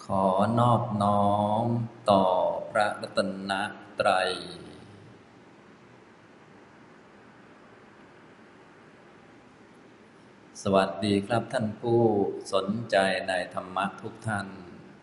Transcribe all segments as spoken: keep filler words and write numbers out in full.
ขอนอบน้อมต่อพระรัตนตรัยสวัสดีครับท่านผู้สนใจในธรรมะทุกท่าน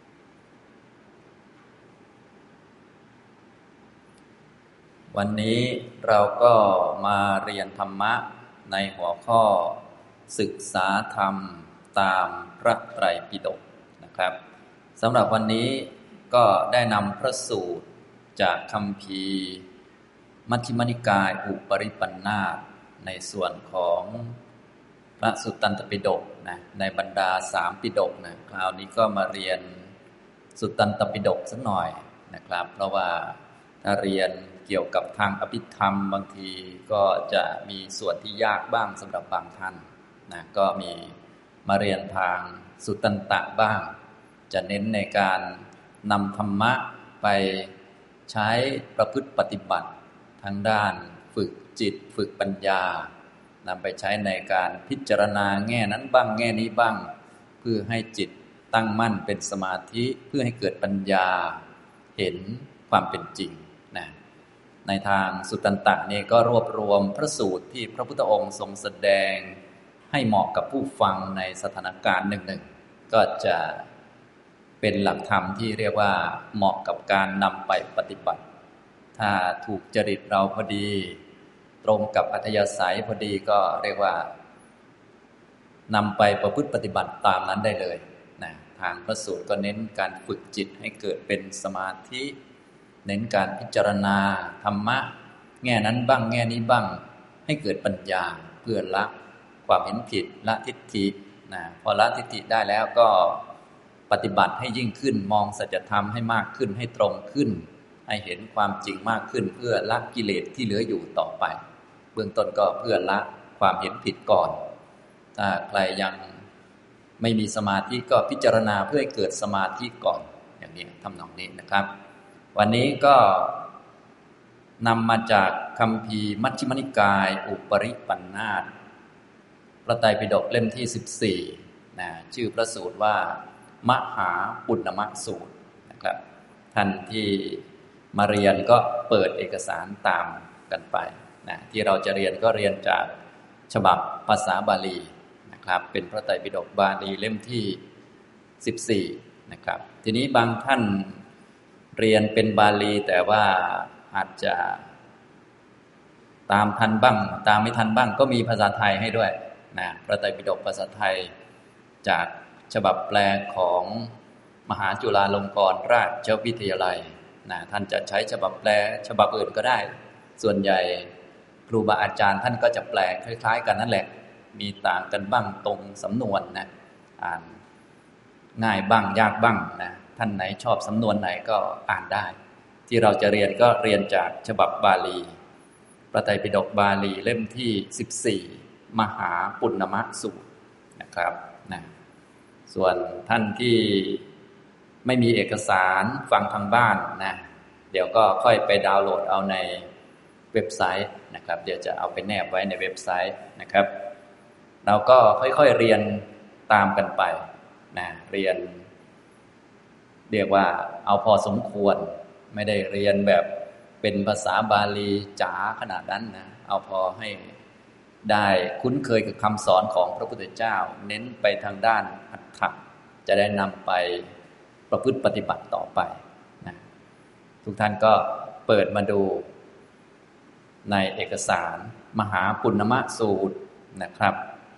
วันนี้เราก็มาเรียนธรรมะในหัวข้อศึกษาธรรมตามพระไตรปิฎกนะครับสำหรับวันนี้ก็ได้นำพระสูตรจากคัมภีร์มัชฌิมนิกายอุปริปันธาสในส่วนของพระสุตตันตปิฎกนะในบรรดาสามปิฎกนะคราวนี้ก็มาเรียนสุตตันตปิฎกสักหน่อยนะครับเพราะว่าถ้าเรียนเกี่ยวกับทางอภิธรรมบางทีก็จะมีส่วนที่ยากบ้างสำหรับบางท่านนะก็มีมาเรียนทางสุตตันตบ้างจะเน้นในการนำธรรมะไปใช้ประพฤติปฏิบัติทางด้านฝึกจิตฝึกปัญญานำไปใช้ในการพิจารณาแง่นั้นบ้างแง่นี้บ้างเพื่อให้จิตตั้งมั่นเป็นสมาธิเพื่อให้เกิดปัญญาเห็นความเป็นจริงนะในทางสุตตันตนี่ก็รวบรวมพระสูตรที่พระพุทธองค์ทรงแสดงให้เหมาะกับผู้ฟังในสถานการณ์หนึ่งๆก็จะเป็นหลักธรรมที่เรียกว่าเหมาะกับการนำไปปฏิบัติถ้าถูกจริตเราพอดีตรงกับอัธยาศัยพอดีก็เรียกว่านำไปประพฤติปฏิบัติตามนั้นได้เลยนะทางพระสูตรก็เน้นการฝึกจิตให้เกิดเป็นสมาธิเน้นการพิจารณาธรรมะแง่นั้นบ้างแง่นี้บ้างให้เกิดปัญญาเพื่อละความเห็นผิดละทิฏฐินะพอละทิฏฐิได้แล้วก็ปฏิบัติให้ยิ่งขึ้นมองสัจธรรมให้มากขึ้นให้ตรงขึ้นให้เห็นความจริงมากขึ้นเพื่อละกิเลสที่เหลืออยู่ต่อไปเบื้องต้นก็เพื่อละความเห็นผิดก่อนถ้าใครยังไม่มีสมาธิก็พิจารณาเพื่อให้เกิดสมาธิก่อนอย่างนี้ทำนองนี้นะครับวันนี้ก็นำมาจากคัมภีร์มัชฌิมนิกายอุปริปันธาสพระไตรปิฎกเล่มที่สิบสี่นะชื่อพระสูตรว่ามหาปุณณมสูตรนะครับท่านที่มาเรียนก็เปิดเอกสารตามกันไปนะที่เราจะเรียนก็เรียนจากฉบับภาษาบาลีนะครับเป็นพระไตรปิฎกบาลีเล่มที่สิบสี่นะครับทีนี้บางท่านเรียนเป็นบาลีแต่ว่าอาจจะตามทันบ้างตามไม่ทันบ้างก็มีภาษาไทยให้ด้วยนะพระไตรปิฎกภาษาไทยจากฉบับแปลของมหาจุฬาลงกรณราชวิทยาลัยนะท่านจะใช้ฉบับแปลฉบับอื่นก็ได้ส่วนใหญ่ครูบาอาจารย์ท่านก็จะแปลคล้ายๆกันนั่นแหละมีต่างกันบ้างตรงสำนวนนะอ่านง่ายบ้างยากบ้างนะท่านไหนชอบสำนวนไหนก็อ่านได้ที่เราจะเรียนก็เรียนจากฉบับบาลีพระไตรปิฎกบาลีเล่มที่สิบสี่มหาปุณณมสูตรนะครับนะส่วนท่านที่ไม่มีเอกสารฟังทางบ้านนะเดี๋ยวก็ค่อยไปดาวน์โหลดเอาในเว็บไซต์นะครับเดี๋ยวจะเอาไปแนบไว้ในเว็บไซต์นะครับเราก็ค่อยๆเรียนตามกันไปนะเรียนเรียกว่าเอาพอสมควรไม่ได้เรียนแบบเป็นภาษาบาลีจ๋าขนาดนั้นนะเอาพอให้ได้คุ้นเคยกับคำสอนของพระพุทธเจ้าเน้นไปทางด้านอัตถะจะได้นำไปประพฤติปฏิบัติต่อไปนะทุกท่านก็เปิดมาดูในเอกสารมหาปุณณมสูตรนะครับ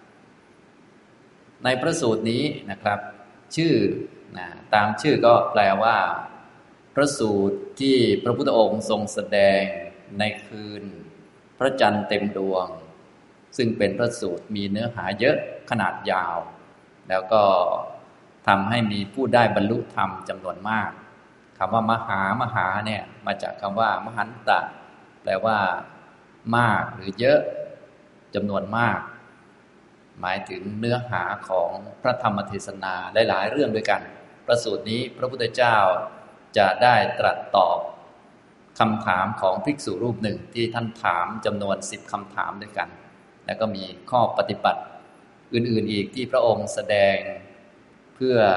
ในพระสูตรนี้นะครับชื่อนะตามชื่อก็แปลว่าพระสูตรที่พระพุทธองค์ทรงแสดงในคืนพระจันทร์เต็มดวงซึ่งเป็นพระสูตรมีเนื้อหาเยอะขนาดยาวแล้วก็ทำให้มีผู้ได้บรรลุธรรมจำนวนมากคำว่ามหามหาเนี่ยมาจากคำว่ามหันตะแปลว่ามากหรือเยอะจำนวนมากหมายถึงเนื้อหาของพระธรรมเทศนาหลายๆเรื่องด้วยกันพระสูตรนี้พระพุทธเจ้าจะได้ตรัสตอบคำถามของภิกษุรูปหนึ่งที่ท่านถามจำนวนสิบคำถามด้วยกันแล้วก็มีข้อปฏิบัติอื่นๆอีกที่พระองค์แสดงเพื่อ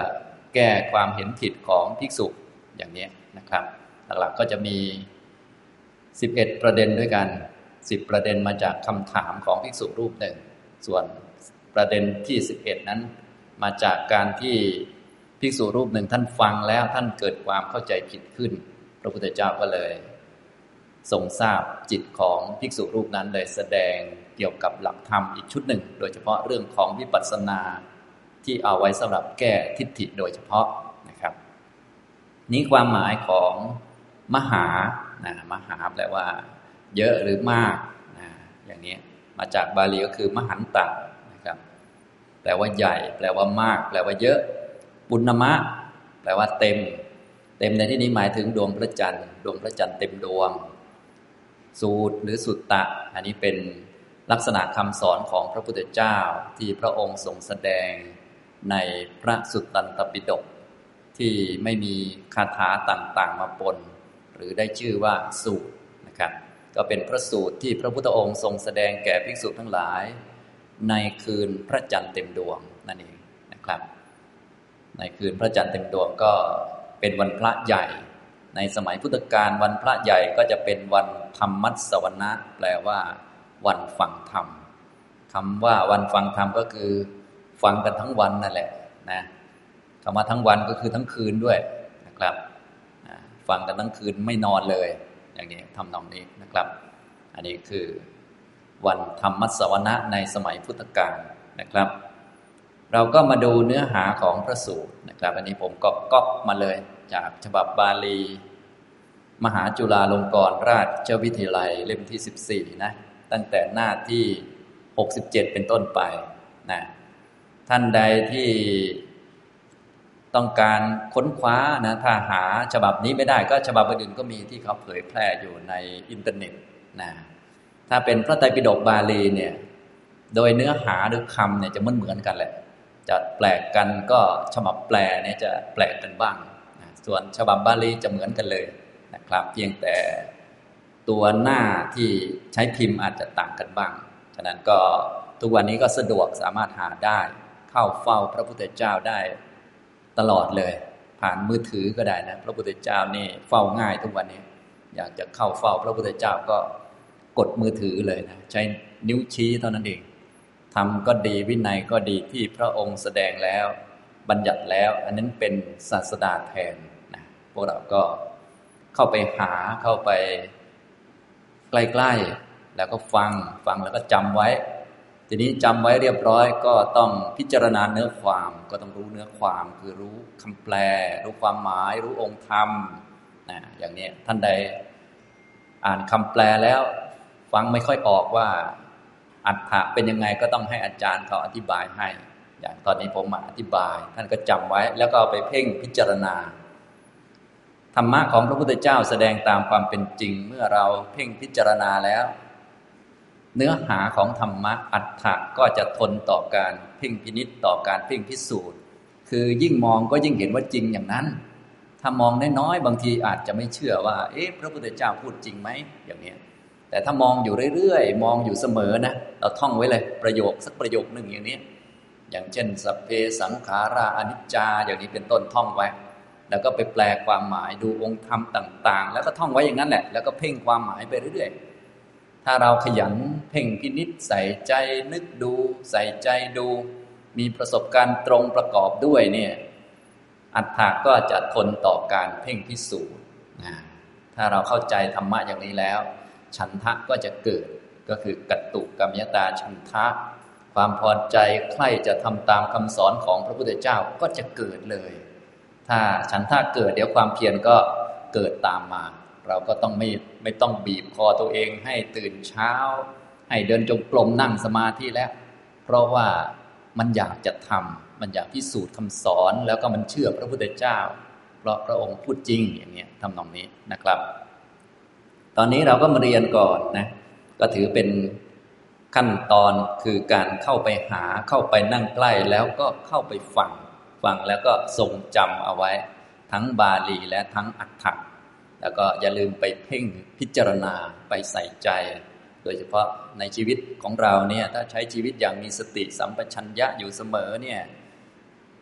แก้ความเห็นผิดของภิกษุอย่างนี้นะครับหลักๆก็จะมีสิบเอ็ดประเด็นด้วยกันสิบประเด็นมาจากคำถามของภิกษุรูปหนึ่งส่วนประเด็นที่สิบเอ็ดนั้นมาจากการที่ภิกษุรูปหนึ่งท่านฟังแล้วท่านเกิดความเข้าใจผิดขึ้นพระพุทธเจ้าก็เลยทรงทราบจิตของภิกษุรูปนั้นเลยแสดงเกี่ยวกับหลักธรรมอีกชุดหนึ่งโดยเฉพาะเรื่องของวิปัสสนาที่เอาไว้สำหรับแก้ทิฏฐิโดยเฉพาะนะครับนี้ความหมายของมหานะมหาแปลว่าเยอะหรือมากนะอย่างนี้มาจากบาลีก็คือมหันตะนะครับแปลว่าใหญ่แปลว่ามากแปลว่าเยอะปุณณมะแปลว่าเต็มเต็มในที่นี้หมายถึงดวงพระจันทร์ดวงพระจันทร์เต็มดวงสูตรหรือสุตตะอันนี้เป็นลักษณะคำสอนของพระพุทธเจ้าที่พระองค์ทรงแสดงในพระสุตตันตปิฎกที่ไม่มีคาถาต่างๆมาปนหรือได้ชื่อว่าสูตรนะครับก็เป็นพระสูตรที่พระพุทธองค์ทรงแสดงแก่ภิกษุทั้งหลายในคืนพระจันทร์เต็มดวงนั่นเองนะครับในคืนพระจันทร์เต็มดวงก็เป็นวันพระใหญ่ในสมัยพุทธกาลวันพระใหญ่ก็จะเป็นวันธรรมัสวนะแปลว่าวันฟังธรรมคำว่าวันฟังธรรมก็คือฟังกันทั้งวันนั่นแหละนะคำว่าทั้งวันก็คือทั้งคืนด้วยนะครับฟังกันทั้งคืนไม่นอนเลยอย่างนี้ทำนองนี้นะครับอันนี้คือวันธรรมัสวนะในสมัยพุทธกาลนะครับเราก็มาดูเนื้อหาของพระสูตรนะครับอันนี้ผมก็ก๊อปมาเลยจากฉบับบาลีมหาจุฬาลงกรณราชวิทยาลัยเล่มที่สิบสี่นะตั้งแต่หน้าที่หกสิบเจ็ดเป็นต้นไปนะท่านใดที่ต้องการค้นคว้านะถ้าหาฉบับนี้ไม่ได้ก็ฉบับอื่นก็มีที่เขาเผยแพร่อยู่ในอินเทอร์เน็ตนะถ้าเป็นพระไตรปิฎกบาลีเนี่ยโดยเนื้อหาหรือคำเนี่ยจะเหมือนๆกันแหละจะแปลกกันก็ฉบับแปลเนี่ยจะแปลกกันบ้างนะส่วนฉบับบาลีจะเหมือนกันเลยนะครับเพียงแต่ตัวหน้าที่ใช้พิมพ์อาจจะต่างกันบ้างฉะนั้นก็ทุกวันนี้ก็สะดวกสามารถหาได้เข้าเฝ้าพระพุทธเจ้าได้ตลอดเลยผ่านมือถือก็ได้นะพระพุทธเจ้านี่เฝ้าง่ายทุกวันนี้อยากจะเข้าเฝ้าพระพุทธเจ้าก็กดมือถือเลยนะใช้นิ้วชี้เท่านั้นเองธรรมก็ดีวินัยก็ดีที่พระองค์แสดงแล้วบัญญัติแล้วอันนั้นเป็นศาสดาแทนนะพวกเราก็เข้าไปหาเข้าไปใกล้ๆแล้วก็ฟังฟังแล้วก็จำไว้ทีนี้จำไว้เรียบร้อยก็ต้องพิจารณาเนื้อความก็ต้องรู้เนื้อความคือรู้คำแปลรู้ความหมายรู้องค์ธรรมนะอย่างนี้ท่านใดอ่านคำแปลแล้วฟังไม่ค่อยออกว่าอรรถะเป็นยังไงก็ต้องให้อาจารย์เขาอธิบายให้อย่างตอนนี้ผมมาอธิบายท่านก็จำไว้แล้วก็เอาไปเพ่งพิจารณาธรรมะของพระพุทธเจ้าแสดงตามความเป็นจริงเมื่อเราเพ่งพิจารณาแล้วเนื้อหาของธรรมะอรรถะก็จะทนต่อการเพ่งพินิจต่อการเพ่งพิสูจน์คือยิ่งมองก็ยิ่งเห็นว่าจริงอย่างนั้นถ้ามองน้อยๆบางทีอาจจะไม่เชื่อว่าเอ๊ะพระพุทธเจ้าพูดจริงไหมอย่างนี้แต่ถ้ามองอยู่เรื่อยๆมองอยู่เสมอนะเราท่องไว้เลยประโยคสักประโยคหนึ่งอย่างนี้อย่างเช่นสัพเพสังขาราอนิจจาอย่างนี้เป็นต้นท่องไว้แล้วก็ไปแปลความหมายดูองค์ธรรมต่างๆแล้วก็ท่องไว้อย่างนั้นแหละแล้วก็เพ่งความหมายไปเรื่อยๆถ้าเราขยันเพ่งพินิจใส่ใจนึกดูใส่ใจดูมีประสบการณ์ตรงประกอบด้วยเนี่ยอรรถะก็จะทนต่อการเพ่งพิสูจน์นะถ้าเราเข้าใจธรรมะอย่างนี้แล้วฉันทะก็จะเกิดก็คือกัตตุกัมมยตาฉันทะความพอใจใคร่จะทำตามคำสอนของพระพุทธเจ้าก็จะเกิดเลยถ้าฉันทะเกิดเดี๋ยวความเพียรก็เกิดตามมาเราก็ต้องไม่ไม่ต้องบีบคอตัวเองให้ตื่นเช้าให้เดินจงกรมนั่งสมาธิแล้วเพราะว่ามันอยากจะทำมันอยากพิสูจน์คำสอนแล้วก็มันเชื่อพระพุทธเจ้าเพราะพระองค์พูดจริงอย่างนี้ทำนองนี้นะครับตอนนี้เราก็มาเรียนก่อนนะก็ถือเป็นขั้นตอนคือการเข้าไปหาเข้าไปนั่งใกล้แล้วก็เข้าไปฟังฟังแล้วก็ทรงจำเอาไว้ทั้งบาลีและทั้งอัฏฐะแล้วก็อย่าลืมไปเพ่งพิจารณาไปใส่ใจโดยเฉพาะในชีวิตของเราเนี่ยถ้าใช้ชีวิตอย่างมีสติสัมปชัญญะอยู่เสมอเนี่ย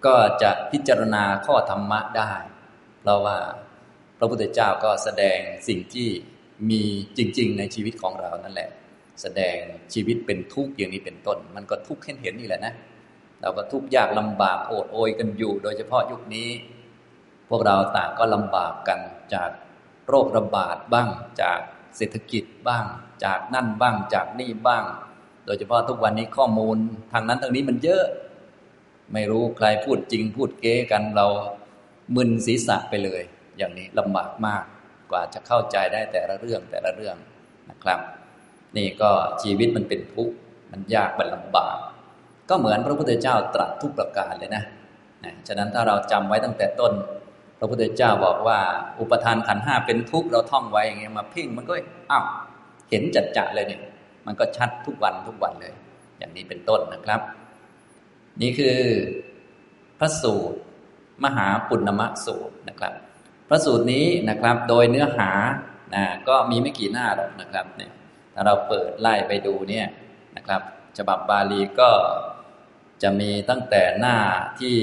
ก็จะพิจารณาข้อธรรมะได้เพราะว่าพระพุทธเจ้าก็แสดงสิ่งที่มีจริงๆในชีวิตของเรานั่นแหละแสดงชีวิตเป็นทุกข์อย่างนี้เป็นต้นมันก็ทุกข์เห็นเห็นนี่แหละนะเราก็ทุกข์ยากลำบากโอดโอยกันอยู่โดยเฉพาะยุคนี้พวกเราต่างก็ลำบากกันจากโรคระบาดบ้างจากเศรษฐกิจบ้างจากนั่นบ้างจากนี่บ้างโดยเฉพาะทุกวันนี้ข้อมูลทางนั้นทางนี้มันเยอะไม่รู้ใครพูดจริงพูดเก๊กันเรามึนศีรษะไปเลยอย่างนี้ลำบากมากกว่าจะเข้าใจได้แต่ละเรื่องแต่ละเรื่องนะครับนี่ก็ชีวิตมันเป็นทุกข์มันยากมันลำบากก็เหมือนพระพุทธเจ้าตรัสทุกประการเลยนะนะฉะนั้นถ้าเราจำไว้ตั้งแต่ต้นพระพุทธเจ้าบอกว่าอุปทานขันธ์ห้าเป็นทุกข์เราท่องไว้อย่างเงี้ยมาเพ่งมันก็อ้าวเห็นจัดจะเลยเนี่ยมันก็ชัดทุกวันทุกวันเลยอย่างนี้เป็นต้นนะครับนี่คือพระสูตรมหาปุณณมสูตรนะครับพระสูตรนี้นะครับโดยเนื้อหานะก็มีไม่กี่หน้าหรอกนะครับเนี่ยถ้าเราเปิดไล่ไปดูเนี่ยนะครับฉบับบาลีก็จะมีตั้งแต่หน้าที่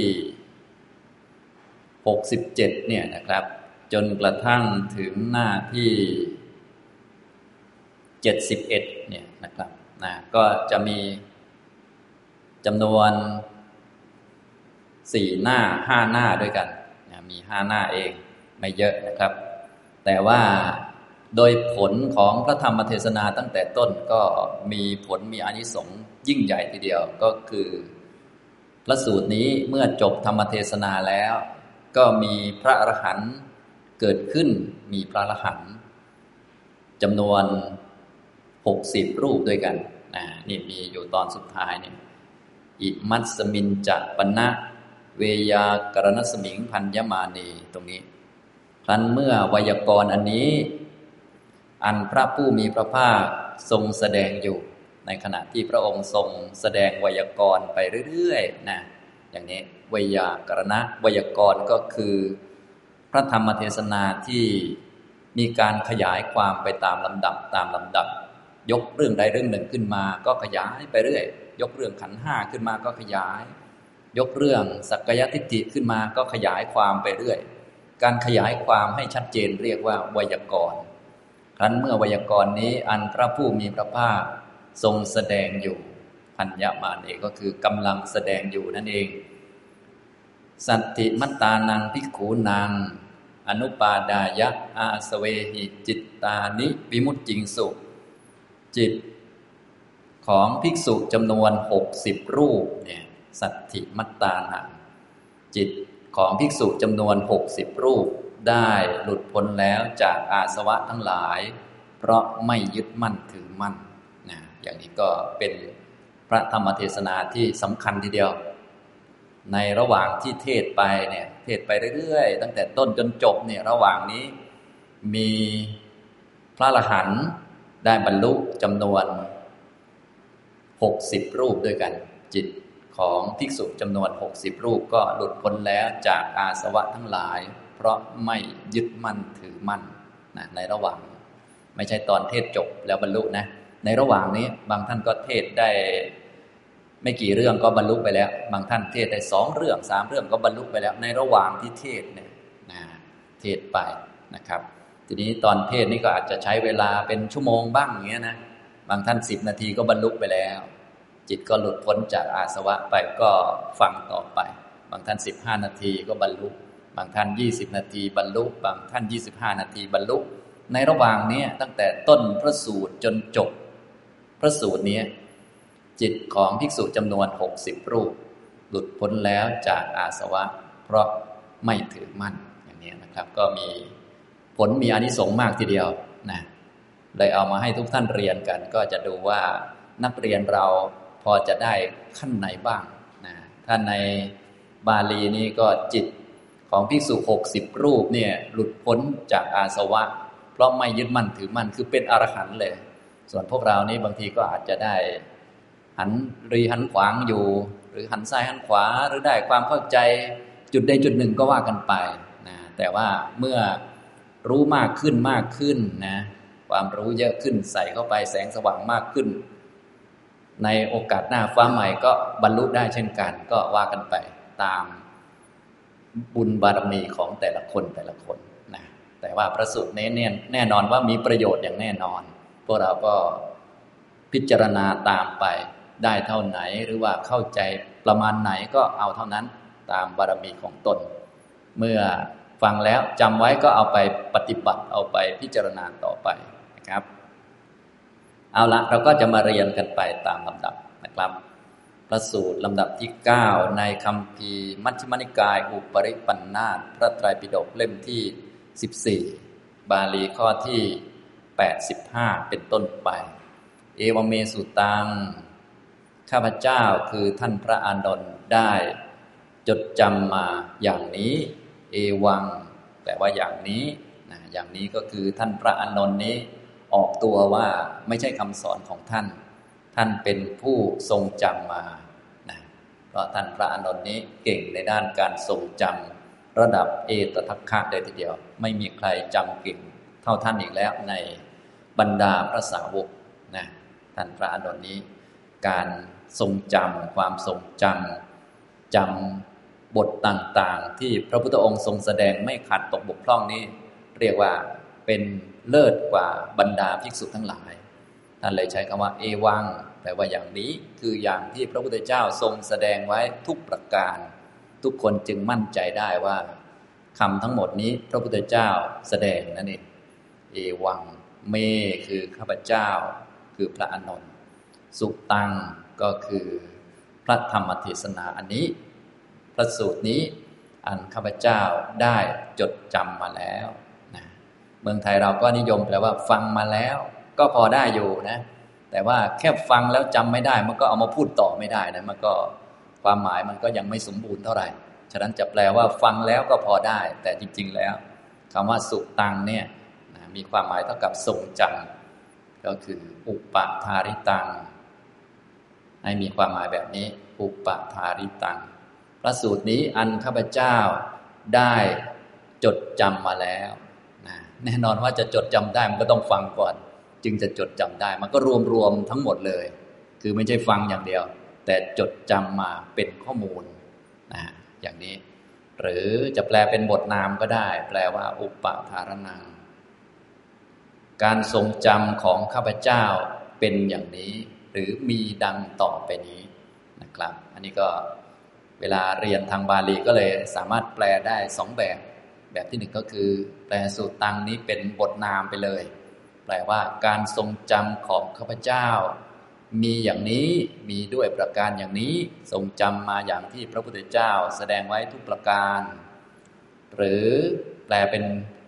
หกสิบเจ็ดเนี่ยนะครับจนกระทั่งถึงหน้าที่เจ็ดสิบเอ็ดเนี่ยนะครับนะก็จะมีจำนวนสี่หน้าห้าหน้าด้วยกันนะมีห้าหน้าเองไม่เยอะนะครับแต่ว่าโดยผลของพระธรรมเทศนาตั้งแต่ต้นก็มีผลมีอานิสงส์ยิ่งใหญ่ทีเดียวก็คือพระสูตรนี้เมื่อจบธรรมเทศนาแล้วก็มีพระอรหันต์เกิดขึ้นมีพระอรหันต์จำนวนหกสิบรูปด้วยกันนะนี่มีอยู่ตอนสุดท้ายเนี่ยอิมัสสมินจะปนะเวยากรณสมิงพัญญมานีตรงนี้ครั้นเมื่อไวยากรณ์อันนี้อันพระผู้มีพระภาคทรงแสดงอยู่ในขณะที่พระองค์ทรงแสดงไวยากรณ์ไปเรื่อยๆนะอย่างนี้ไวยากรณะไวยากรณ์ก็คือพระธรรมเทศนาที่มีการขยายความไปตามลำดับตามลำดับยกเรื่องใดเรื่องหนึ่งขึ้นมาก็ขยายไปเรื่อยยกเรื่องขันธ์ห้าขึ้นมาก็ขยายยกเรื่องสักกายทิฏฐิขึ้นมาก็ขยายความไปเรื่อยการขยายความให้ชัดเจนเรียกว่าไวยากรณ์ครั้นเมื่อไวยากรณ์นี้อันพระผู้มีพระภาคทรงแสดงอยู่พัญญมานเองก็คือกำลังแสดงอยู่นั่นเองสัตถิมัตตานังภิกขุนังอนุปาดายะอาสเวหิจิตตานิวิมุตติงสุจิตของภิกษุจำนวนหกสิบรูปเนี่ยสัตถิมัตตานังจิตของภิกษุจำนวนหกสิบรูปได้หลุดพ้นแล้วจากอาสวะทั้งหลายเพราะไม่ยึดมั่นถือมั่นนะอย่างนี้ก็เป็นพระธรรมเทศนาที่สำคัญทีเดียวในระหว่างที่เทศไปเนี่ยเทศไปเรื่อยๆตั้งแต่ต้นจนจบเนี่ยระหว่างนี้มีพระอรหันต์ได้บรรลุจำนวนหกสิบรูปด้วยกันจิตของภิกษุจำนวนหกสิบรูปก็หลุดพ้นแล้วจากอาสวะทั้งหลายเพราะไม่ยึดมั่นถือมั่นนะในระหว่างไม่ใช่ตอนเทศจบแล้วบรรลุนะในระหว่างนี้บางท่านก็เทศได้ไม่กี่เรื่องก็บรรลุไปแล้วบางท่านเทศได้สองเรื่องสามเรื่องก็บรรลุไปแล้วในระหว่างที่เทศเนี่ยนะเทศไปนะครับทีนี้ตอนเทศนี่ก็อาจจะใช้เวลาเป็นชั่วโมงบ้างอย่างเงี้ยนะบางท่านสิบนาทีก็บรรลุไปแล้วจิตก็หลุดพ้นจากอาสวะไปก็ฟังต่อไปบางท่านสิบห้านาทีก็บรรลุบางท่านยี่สิบนาทีบรรลุบางท่านยี่สิบห้านาทีบรรลุในระหว่างนี้ตั้งแต่ต้นพระสูตรจนจบพระสูตรนี้จิตของภิกษุจำนวนหกสิบรูปหลุดพ้นแล้วจากอาสวะเพราะไม่ถือมั่นอย่างนี้นะครับก็มีผลมีอานิสงส์มากทีเดียวนะเลยเอามาให้ทุกท่านเรียนกันก็จะดูว่านักเรียนเราพอจะได้ขั้นไหนบ้างนะถ้าในบาลีนี้ก็จิตของภิกษุหกสิบรูปเนี่ยหลุดพ้นจากอาสวะเพราะไม่ยึดมั่นถือมั่นคือเป็นอรหันต์เลยส่วนพวกเรานี้บางทีก็อาจจะได้หันรีหันขวางอยู่หรือหันซ้ายหันขวาหรือได้ความเข้าใจจุดใดจุดหนึ่งก็ว่ากันไปนะแต่ว่าเมื่อรู้มากขึ้นมากขึ้นนะความรู้เยอะขึ้นใส่เข้าไปแสงสว่างมากขึ้นในโอกาสหน้าฟ้าใหม่ก็บรรลุได้เช่นกันก็ว่ากันไปตามบุญบารมีของแต่ละคนแต่ละคนนะแต่ว่าพระสูตรนี้เนี่ยแน่นอนว่ามีประโยชน์อย่างแน่นอนพวกเราก็พิจารณาตามไปได้เท่าไหนหรือว่าเข้าใจประมาณไหนก็เอาเท่านั้นตามบารมีของตนเมื่อฟังแล้วจำไว้ก็เอาไปปฏิบัติเอาไปพิจารณาต่อไปนะครับเอาละเราก็จะมาเรียนกันไปตามลำดับนะครับพระสูตรลำดับที่เก้าในคัมภีร์มัชฌิมนิกายอุปริปันธาสพระไตรปิฎกเล่มที่สิบสี่บาลีข้อที่แปดสิบห้าเป็นต้นไปเอวเมสุตังข้าพเจ้าคือท่านพระอานนท์ได้จดจำมาอย่างนี้เอวังแปลว่าอย่างนี้นะอย่างนี้ก็คือท่านพระอานนท์นี้ออกตัวว่าไม่ใช่คำสอนของท่านท่านเป็นผู้ทรงจำมานะเพราะท่านพระอานนท์นี้เก่งในด้านการทรงจำระดับเอตทัคคะเลยทีเดียวไม่มีใครจำเก่งเท่าท่านอีกแล้วในบรรดาพระสาวกนะท่านพระอานนท์นี้การทรงจำความทรงจำจำบทต่างๆที่พระพุทธองค์ทรงแสดงไม่ขาดตกบกพร่องนี้เรียกว่าเป็นเลิศกว่าบรรดาภิกษุทั้งหลายท่านเลยใช้คำว่าเอวังแปลว่าอย่างนี้คืออย่างที่พระพุทธเจ้าทรงแสดงไว้ทุกประการทุกคนจึงมั่นใจได้ว่าคำทั้งหมดนี้พระพุทธเจ้าแสดงนั่นเองเอวังเมคือข้าพเจ้าคือพระอานนท์สุตังก็คือพระธรรมเทศนาอันนี้พระสูตรนี้อันข้าพเจ้าได้จดจำมาแล้วนะเมืองไทยเราก็นิยมแปลว่าฟังมาแล้วก็พอได้อยู่นะแต่ว่าแค่ฟังแล้วจำไม่ได้มันก็เอามาพูดต่อไม่ได้นะมันก็ความหมายมันก็ยังไม่สมบูรณ์เท่าไหร่ฉะนั้นจะแปลว่าฟังแล้วก็พอได้แต่จริงๆแล้วคำว่าสุตังเนี่ยนะมีความหมายเท่ากับทรงจำก็คืออุปทาริตังให้มีความหมายแบบนี้อุปทาริตังพระสูตรนี้อันข้าพเจ้าได้จดจำมาแล้วนะแน่นอนว่าจะจดจำได้มันก็ต้องฟังก่อนจึงจะจดจำได้มันก็รวมๆทั้งหมดเลยคือไม่ใช่ฟังอย่างเดียวแต่จดจำมาเป็นข้อมูลนะอย่างนี้หรือจะแปลเป็นบทนามก็ได้แปลว่าอุปทารนังการทรงจำของข้าพเจ้าเป็นอย่างนี้หรือมีดังต่อไปนี้นะครับอันนี้ก็เวลาเรียนทางบาลีก็เลยสามารถแปลได้สองแบบแบบที่หนึ่งก็คือแปลสุตังนี้เป็นบทนามไปเลยแปลว่าการทรงจำของข้าพเจ้ามีอย่างนี้มีด้วยประการอย่างนี้ทรงจำมาอย่างที่พระพุทธเจ้าแสดงไว้ทุกประการหรือแปลเป็น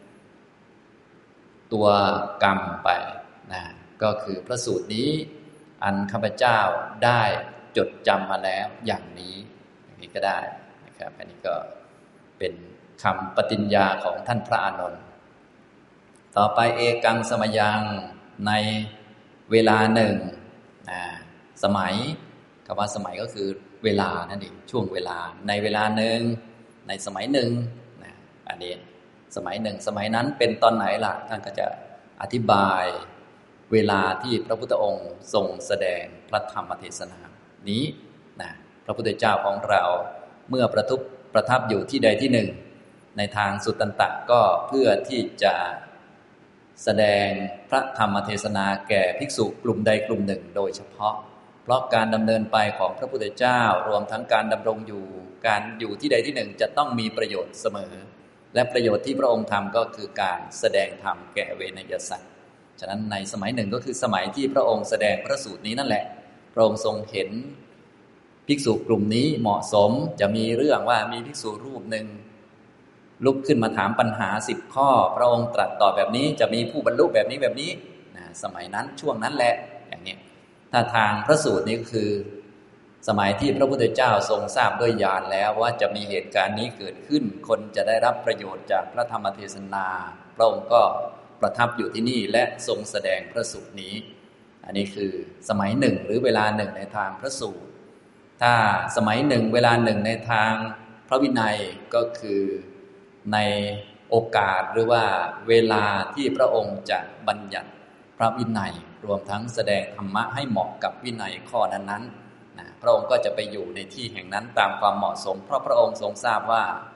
ตัวกรรมไปนะก็คือพระสูตรนี้อันข้าพเจ้าได้จดจำมาแล้วอย่างนี้อย่างนี้ก็ได้นะครับอันนี้ก็เป็นคำปฏิญญาของท่านพระอานนท์ต่อไปเอกังสมยังในเวลาหนึ่งนะสมัยคำว่าสมัยก็คือเวลานั่นเองช่วงเวลาในเวลาหนึ่งในสมัยหนึ่งนะอันนี้สมัยหนึ่งสมัยนั้นเป็นตอนไหนล่ะท่านก็จะอธิบายเวลาที่พระพุทธองค์ทรงแสดงพระธรรมเทศนานี้นะพระพุทธเจ้าของเราเมื่อประทับประทับอยู่ที่ใดที่หนึ่งในทางสุตตันตะก็เพื่อที่จะแสดงพระธรรมเทศนาแก่ภิกษุกลุ่มใดกลุ่มหนึ่งโดยเฉพาะเพราะการดำเนินไปของพระพุทธเจ้ารวมทั้งการดำรงอยู่การอยู่ที่ใดที่หนึ่งจะต้องมีประโยชน์เสมอและประโยชน์ที่พระองค์ทำก็คือการแสดงธรรมแก่เวนยสัตว์ฉะนั้นในสมัยหนึ่งก็คือสมัยที่พระองค์แสดงพระสูตรนี้นั่นแหละพระองค์ทรงเห็นภิกษุกลุ่มนี้เหมาะสมจะมีเรื่องว่ามีภิกษุรูปหนึ่งลุกขึ้นมาถามปัญหาสิบข้อพระองค์ตรัสตอบแบบนี้จะมีผู้บรรลุแบบนี้แบบนี้นะสมัยนั้นช่วงนั้นแหละอย่างนี้ถ้าทางพระสูตรนี้ก็คือสมัยที่พระพุทธเจ้าทรงทราบด้วยญาณแล้วว่าจะมีเหตุการณ์นี้เกิดขึ้นคนจะได้รับประโยชน์จากพระธรรมเทศนาพระองค์ก็ประทับอยู่ที่นี่และทรงแสดงพระสูตรนี้อันนี้คือสมัยหนึ่งหรือเวลาหนึ่งในทางพระสูตรถ้าสมัยหนึ่งเวลาหนึ่งในทางพระวินัยก็คือในโอกาสหรือว่าเวลาที่พระองค์จะบัญญัติพระวินัยรวมทั้งแสดงธรรมะให้เหมาะกับวินัยข้อนั้นๆนะพระองค์ก็จะไปอยู่ในที่แห่งนั้นตามความเหมาะสมเพราะพระองค์ทรงทราบว่า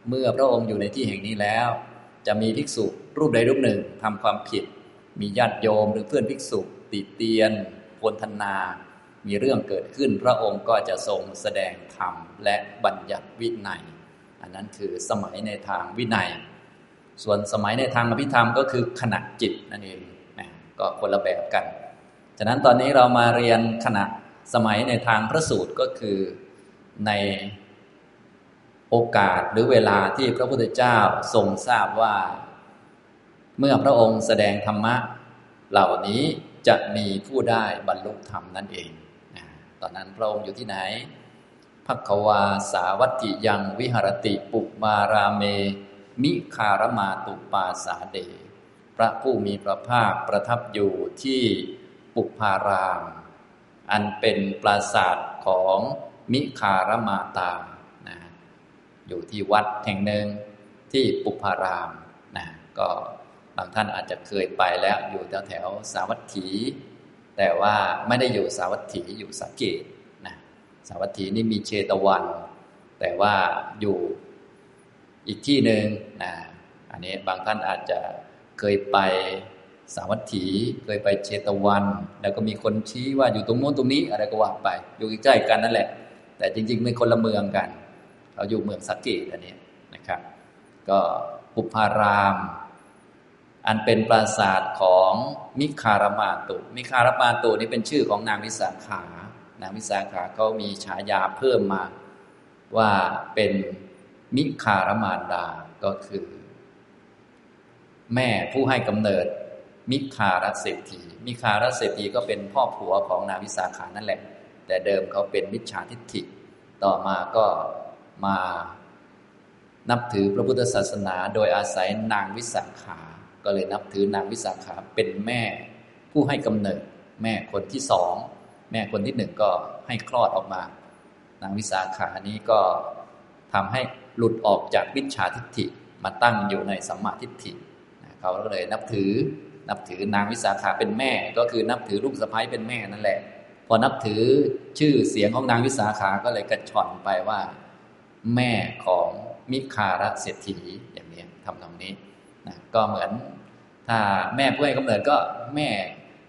เมื่อพระองค์อยู่ในที่แห่งนี้แล้วจะมีภิกษุรูปใดรูปหนึ่งทำความผิดมีญาติโยมหรือเพื่อนภิกษุติเตียนพลธนามีเรื่องเกิดขึ้นพระองค์ก็จะทรงแสดงธรรมและบัญญัติวินัยอันนั้นคือสมัยในทางวินัยส่วนสมัยในทางอภิธรรมก็คือขณะจิตนั่นเองนะก็คนละแบบกันฉะนั้นตอนนี้เรามาเรียนขณะสมัยในทางพระสูตรก็คือในโอกาสหรือเวลาที่พระพุทธเจ้าทรงทราบว่าเมื่อพระองค์แสดงธรรมะเหล่านี้จะมีผู้ได้บรรลุธรรมนั่นเองนะตอนนั้นพระองค์อยู่ที่ไหนภักขวาสาวัตถิยังวิหรติปุปมาราเมมิคารมาตุปาสาเดพระผู้มีพระภาคประทับอยู่ที่ปุปพารามอันเป็นปราสาทของมิคารมาตานะอยู่ที่วัดแห่งหนึ่งที่ปุปพารามนะก็บางท่านอาจจะเคยไปแล้วอยู่แถวแถวสาวัตถีแต่ว่าไม่ได้อยู่สาวัตถีอยู่สาเกตนะสาวัตถีนี่มีเชตวันแต่ว่าอยู่อีกที่หนึ่งนะอันนี้บางท่านอาจจะเคยไปสาวัตถีเคยไปเชตวันแล้วก็มีคนชี้ว่าอยู่ตรงโน้นตรงนี้อะไรก็ว่าไปอยู่ใกล้กันนั่นแหละแต่จริงๆไม่คนละเมืองกันเราอยู่เมืองสาเกตอันนี้นะครับก็ปุปพารามอันเป็นปราสาทของมิคารมาตุมิคารมาตุนี่เป็นชื่อของนางวิสาขานางวิสาขาเขามีฉายาเพิ่มมาว่าเป็นมิคารมารดาก็คือแม่ผู้ให้กำเนิดมิคารเศรษฐีมิคารเศรษฐีก็เป็นพ่อผัวของนางวิสาขานั่นแหละแต่เดิมเขาเป็นมิจฉาทิฏฐิต่อมาก็มานับถือพระพุทธศาสนาโดยอาศัยนางวิสาขาก็เลยนับถือนางวิสาขาเป็นแม่ผู้ให้กำเนิดแม่คนที่สองแม่คนที่หนึ่งก็ให้คลอดออกมานางวิสาขานี้ก็ทำให้หลุดออกจากมิจฉาทิฏฐิมาตั้งอยู่ในสัมมาทิฏฐิเขาก็เลยนับถือนับถือนางวิสาขาเป็นแม่ก็คือนับถือลูกสะใภ้เป็นแม่นั่นแหละพอนับถือชื่อเสียงของนางวิสาขาก็เลยกระชอนไปว่าแม่ของมิคารเศรษฐีอย่างนี้ทำตรงนี้นะก็เหมือนถ้าแม่ผู้ให้กำเนิดก็แม่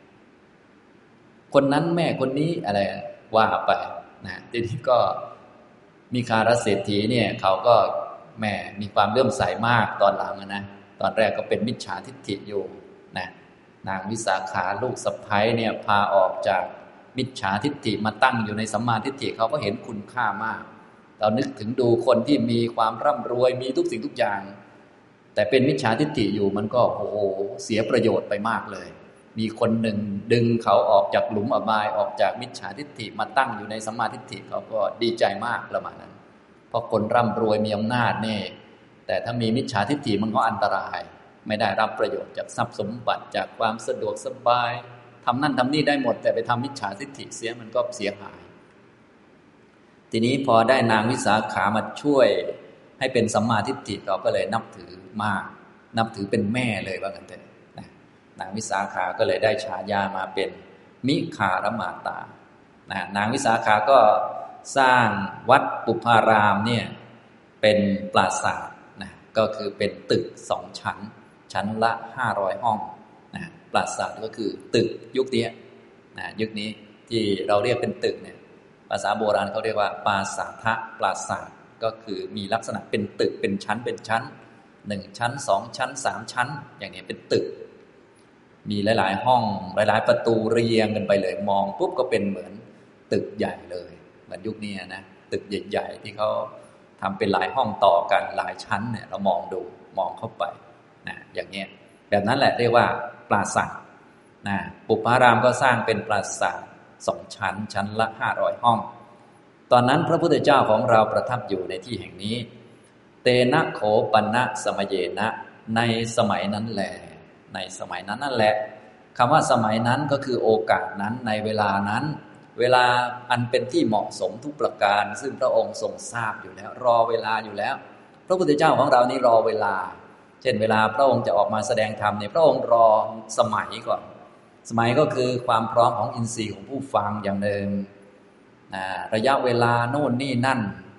คนนั้นแม่คนนี้อะไรว่าไปนะทีนี้ก็มิคารเศรษฐีเนี่ยเขาก็แม่มีความเลื่อมใสมากตอนหลังนะตอนแรกก็เป็นมิจฉาทิฏฐิอยู่นะนางวิสาขาลูกสะใภ้เนี่ยพาออกจากมิจฉาทิฏฐิมาตั้งอยู่ในสัมมาทิฏฐิเขาก็เห็นคุณค่ามากเรานึกถึงดูคนที่มีความร่ำรวยมีทุกสิ่งทุกอย่างแต่เป็นมิจฉาทิฏฐิอยู่มันก็โอ้โหเสียประโยชน์ไปมากเลยมีคนหนึ่งดึงเขาออกจากหลุมอบายออกจากมิจฉาทิฏฐิมาตั้งอยู่ในสัมมาทิฏฐิเขาก็ดีใจมากประมาณนั้นเพราะคนร่ำรวยมีอำนาจนี่แต่ถ้ามีมิจฉาทิฏฐิมันก็อันตรายไม่ได้รับประโยชน์จากทรัพย์สมบัติจากความสะดวกสบายทำนั่นทำนี่ได้หมดแต่ไปทำมิจฉาทิฏฐิเสียมันก็เสียหายทีนี้พอได้นางวิสาขามาช่วยให้เป็นสัมมาทิฏฐิเราก็เลยนับถือมากนับถือเป็นแม่เลยว่ากันเถอะนะนางวิสาขาก็เลยได้ฉายามาเป็นมิคารมาตานะนางวิสาขาก็สร้างวัดปุปพารามเนี่ยเป็นปราสาทนะก็คือเป็นตึกสองชั้นชั้นละห้าร้อยห้องนะปราสาทก็คือตึกยุคนี้นะยุคนี้ที่เราเรียกเป็นตึกเนี่ยภาษาโบราณเขาเรียกว่าปราสาทะปราสาทก็คือมีลักษณะเป็นตึกเป็นชั้นเป็นชั้นหนึ่งชั้นสองชั้นสามชั้นอย่างนี้เป็นตึกมีหลายๆห้องหลายๆประตูเรียงกันไปเลยมองปุ๊บก็เป็นเหมือนตึกใหญ่เลยเหมือนยุคนี้นะตึกใหญ่ๆที่เขาทำเป็นหลายห้องต่อกันหลายชั้นเนี่ยเรามองดูมองเข้าไปนะอย่างนี้แบบนั้นแหละเรียกว่าปราสาทนะปุปพารามก็สร้างเป็นปราสาทสองชั้นชั้นละห้าร้อยห้องตอนนั้นพระพุทธเจ้าของเราประทับอยู่ในที่แห่งนี้เตนะโขปันนะสมเยนะในสมัยนั้นแหละในสมัยนั้นนั่นแหละคำว่าสมัยนั้นก็คือโอกาสนั้นในเวลานั้นเวลาอันเป็นที่เหมาะสมทุกประการซึ่งพระองค์ทรงทราบอยู่แล้วรอเวลาอยู่แล้วพระพุทธเจ้าของเรานี่รอเวลาเช่นเวลาพระองค์จะออกมาแสดงธรรมเนี่ยพระองค์รอสมัยก่อนสมัยก็คือความพร้อมของอินทรีย์ของผู้ฟังอย่างหนึ่งนะระยะเวลาโน่นนี่นั่น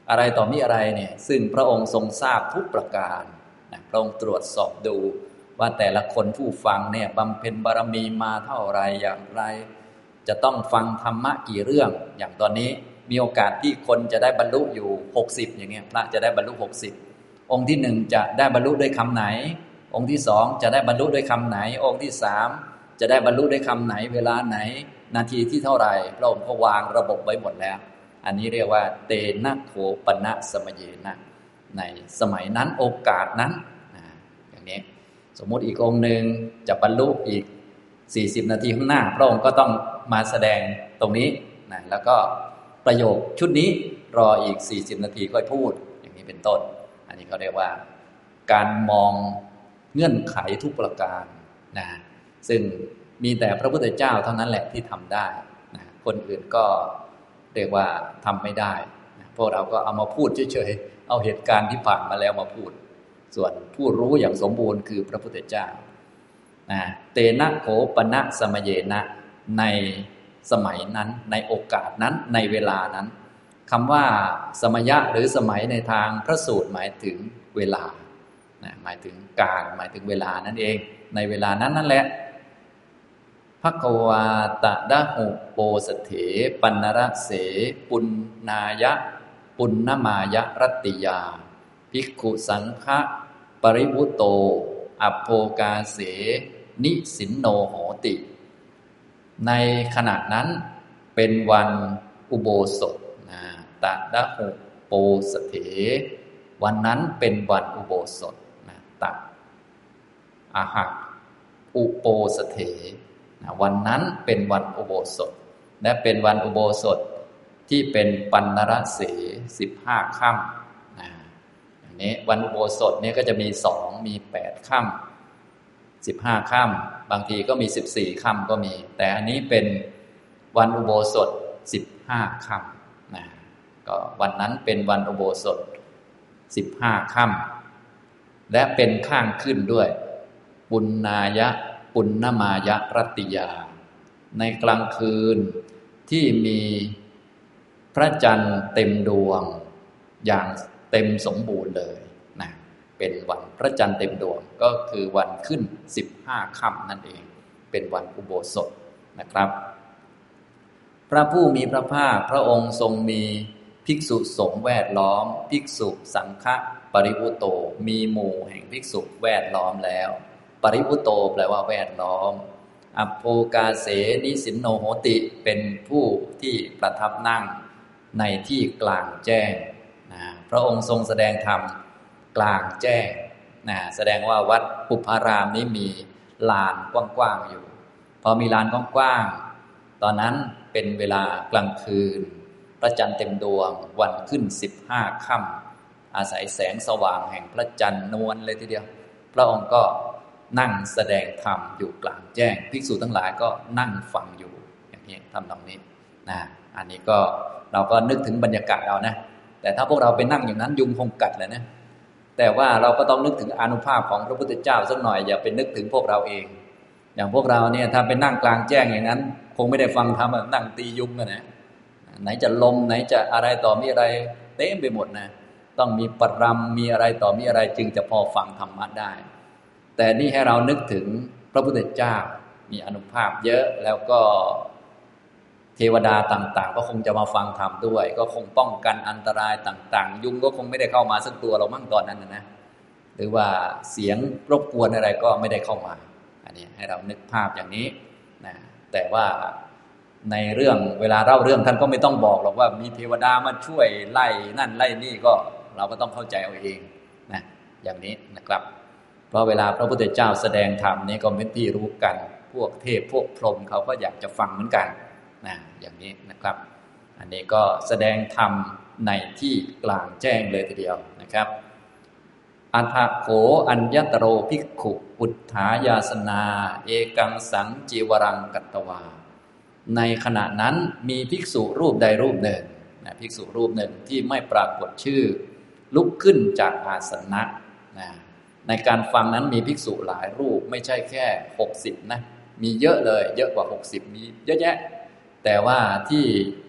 อะไรต่อมีอะไรเนี่ยซึ่งพระองค์ทรงทราบทุกประการนะพระองค์ตรวจสอบดูว่าแต่ละคนผู้ฟังเนี่ยบำเพ็ญบารมีมาเท่าไรอย่างไรจะต้องฟังธรรมะกี่เรื่องอย่างตอนนี้มีโอกาสที่คนจะได้บรรลุอยู่หกสิบอย่างเงี้ยพระจะได้บรรลุหกสิบองค์ที่หนึ่งจะได้บรรลุด้วยคำไหนองค์ที่สองจะได้บรรลุด้วยคำไหนองค์ที่สามจะได้บรรลุด้วยคำไหนเวลาไหนนาทีที่เท่าไหร่พระองค์ก็วางระบบไว้หมดแล้วอันนี้เรียกว่าเตนะโขปนะสมเยนะในสมัยนั้นโอกาสนั้นนะอย่างนี้สมมุติอีกองค์หนึ่งจะบรรลุอีกสี่สิบนาทีข้างหน้าพระองค์ก็ต้องมาแสดงตรงนี้นะแล้วก็ประโยคชุดนี้รออีกสี่สิบนาทีค่อยพูดอย่างนี้เป็นต้นอันนี้เขาเรียกว่าการมองเงื่อนไขทุกประการนะซึ่งมีแต่พระพุทธเจ้าเท่านั้นแหละที่ทำได้นะคนอื่นก็เรียกว่าทำไม่ได้นะพวกเราก็เอามาพูดเฉยๆเอาเหตุการณ์ที่ผ่านมาแล้วมาพูดส่วนผู้รู้อย่างสมบูรณ์คือพระพุทธเจ้านะเตนะโขปนะสมเยนะในสมัยนั้นในโอกาสนั้นในเวลานั้นคำว่าสมยะหรือสมัยในทางพระสูตรหมายถึงเวลานะหมายถึงการหมายถึงเวลานั่นเองในเวลานั้นนั่นแหละภควาตดหุโปสเถปันนรเสปุณนายะปุณณมายะรัตติยาภิกขุสังฆะปริวุโตอัปโภกาเสนิสินโนโหติในขณะนั้นเป็นวันอุโบสถนะตดหุโปสเถวันนั้นเป็นวันอุโบสถนะตะอาหะอุโปสเถวันนั้นเป็นวันอุโบสถและเป็นวันอุโบสถที่เป็นปันนรเสสิบห้าค่ำนะอย่างนี้วันอุโบสถนี้ก็จะมีสองมีแปดค่ำสิบห้าค่ำบางทีก็มีสิบสี่ค่ำก็มีแต่อันนี้เป็นวันอุโบสถสิบห้าค่ำนะก็วันนั้นเป็นวันอุโบสถสิบห้าค่ำและเป็นข้างขึ้นด้วยปุณนายะปุณณมายะรัตติยาในกลางคืนที่มีพระจันทร์เต็มดวงอย่างเต็มสมบูรณ์เลยนะเป็นวันพระจันทร์เต็มดวงก็คือวันขึ้นสิบห้าค่ำนั่นเองเป็นวันอุโบสถนะครับพระผู้มีพระภาคพระองค์ทรงมีภิกษุสงฆ์แวดล้อมภิกษุสังฆะปริวุโตมีหมู่แห่งภิกษุแวดล้อมแล้วปริวุโตแปลว่าแวดล้อมอัปโภกาเสนิสินโนโหติเป็นผู้ที่ประทับนั่งในที่กลางแจ้งนะพระองค์ทรงแสดงธรรมกลางแจ้งนะแสดงว่าวัดปุพารามนี้มีลานกว้างๆอยู่พอมีลานกว้างๆตอนนั้นเป็นเวลากลางคืนพระจันทร์เต็มดวงวันขึ้นสิบห้าค่ำอาศัยแสงสว่างแห่งพระจันทร์นวลเลยทีเดียวพระองค์ก็นั่งแสดงธรรมอยู่กลางแจ้งภิกษุทั้งหลายก็นั่งฟังอยู่อย่างนี้ทำตรงนี้นะอันนี้ก็เราก็นึกถึงบรรยากาศเอานะแต่ถ้าพวกเราไปนั่งอย่างนั้นยุงคงกัดเลยนะแต่ว่าเราก็ต้องนึกถึงอานุภาพของพระพุทธเจ้าสักหน่อยอย่าไปนึกถึงพวกเราเองอย่างพวกเราเนี่ยถ้าไปนั่งกลางแจ้งอย่างนั้นคงไม่ได้ฟังธรรมนั่งตียุงกันนะไหนจะลมไหนจะอะไรต่อมีอะไรเต็มไปหมดนะต้องมีปรำมีอะไรต่อมีอะไรจึงจะพอฟังธรรมะได้แต่นี่ให้เรานึกถึงพระพุทธเจ้ามีอานุภาพเยอะแล้วก็เทวดาต่างๆก็คงจะมาฟังธรรมด้วยก็คงป้องกันอันตรายต่างๆยุงก็คงไม่ได้เข้ามาสักตัวเรามั่งตอนนั้นนะนะหรือว่าเสียงรบกวนอะไรก็ไม่ได้เข้ามาอันนี้ให้เรานึกภาพอย่างนี้นะแต่ว่าในเรื่องเวลาเล่าเรื่องท่านก็ไม่ต้องบอกหรอกว่ามีเทวดามาช่วยไล่นั่นไล่นี่ก็เราก็ต้องเข้าใจเอาเองนะอย่างนี้นะครับเพราะเวลาพระพุทธเจ้าแสดงธรรมนี้ก็เป็นที่รู้กันพวกเทพพวกพรหมเขาก็อยากจะฟังเหมือนกันนะอย่างนี้นะครับอันนี้ก็แสดงธรรมในที่กลางแจ้งเลยทีเดียวนะครับอัฏฐโขอัญญตโรภิกขุอุทธายาสนาเอกังสังจีวรังกัตตวาในขณะนั้นมีภิกษุรูปใดรูปหนึ่งนะภิกษุรูปหนึ่งที่ไม่ปรากฏชื่อลุกขึ้นจากอาสนะนะในการฟังนั้นมีภิกษุหลายรูปไม่ใช่แค่หกสิบนะมีเยอะเลยเยอะกว่าหกสิบมีเยอะแยะแต่ว่าที่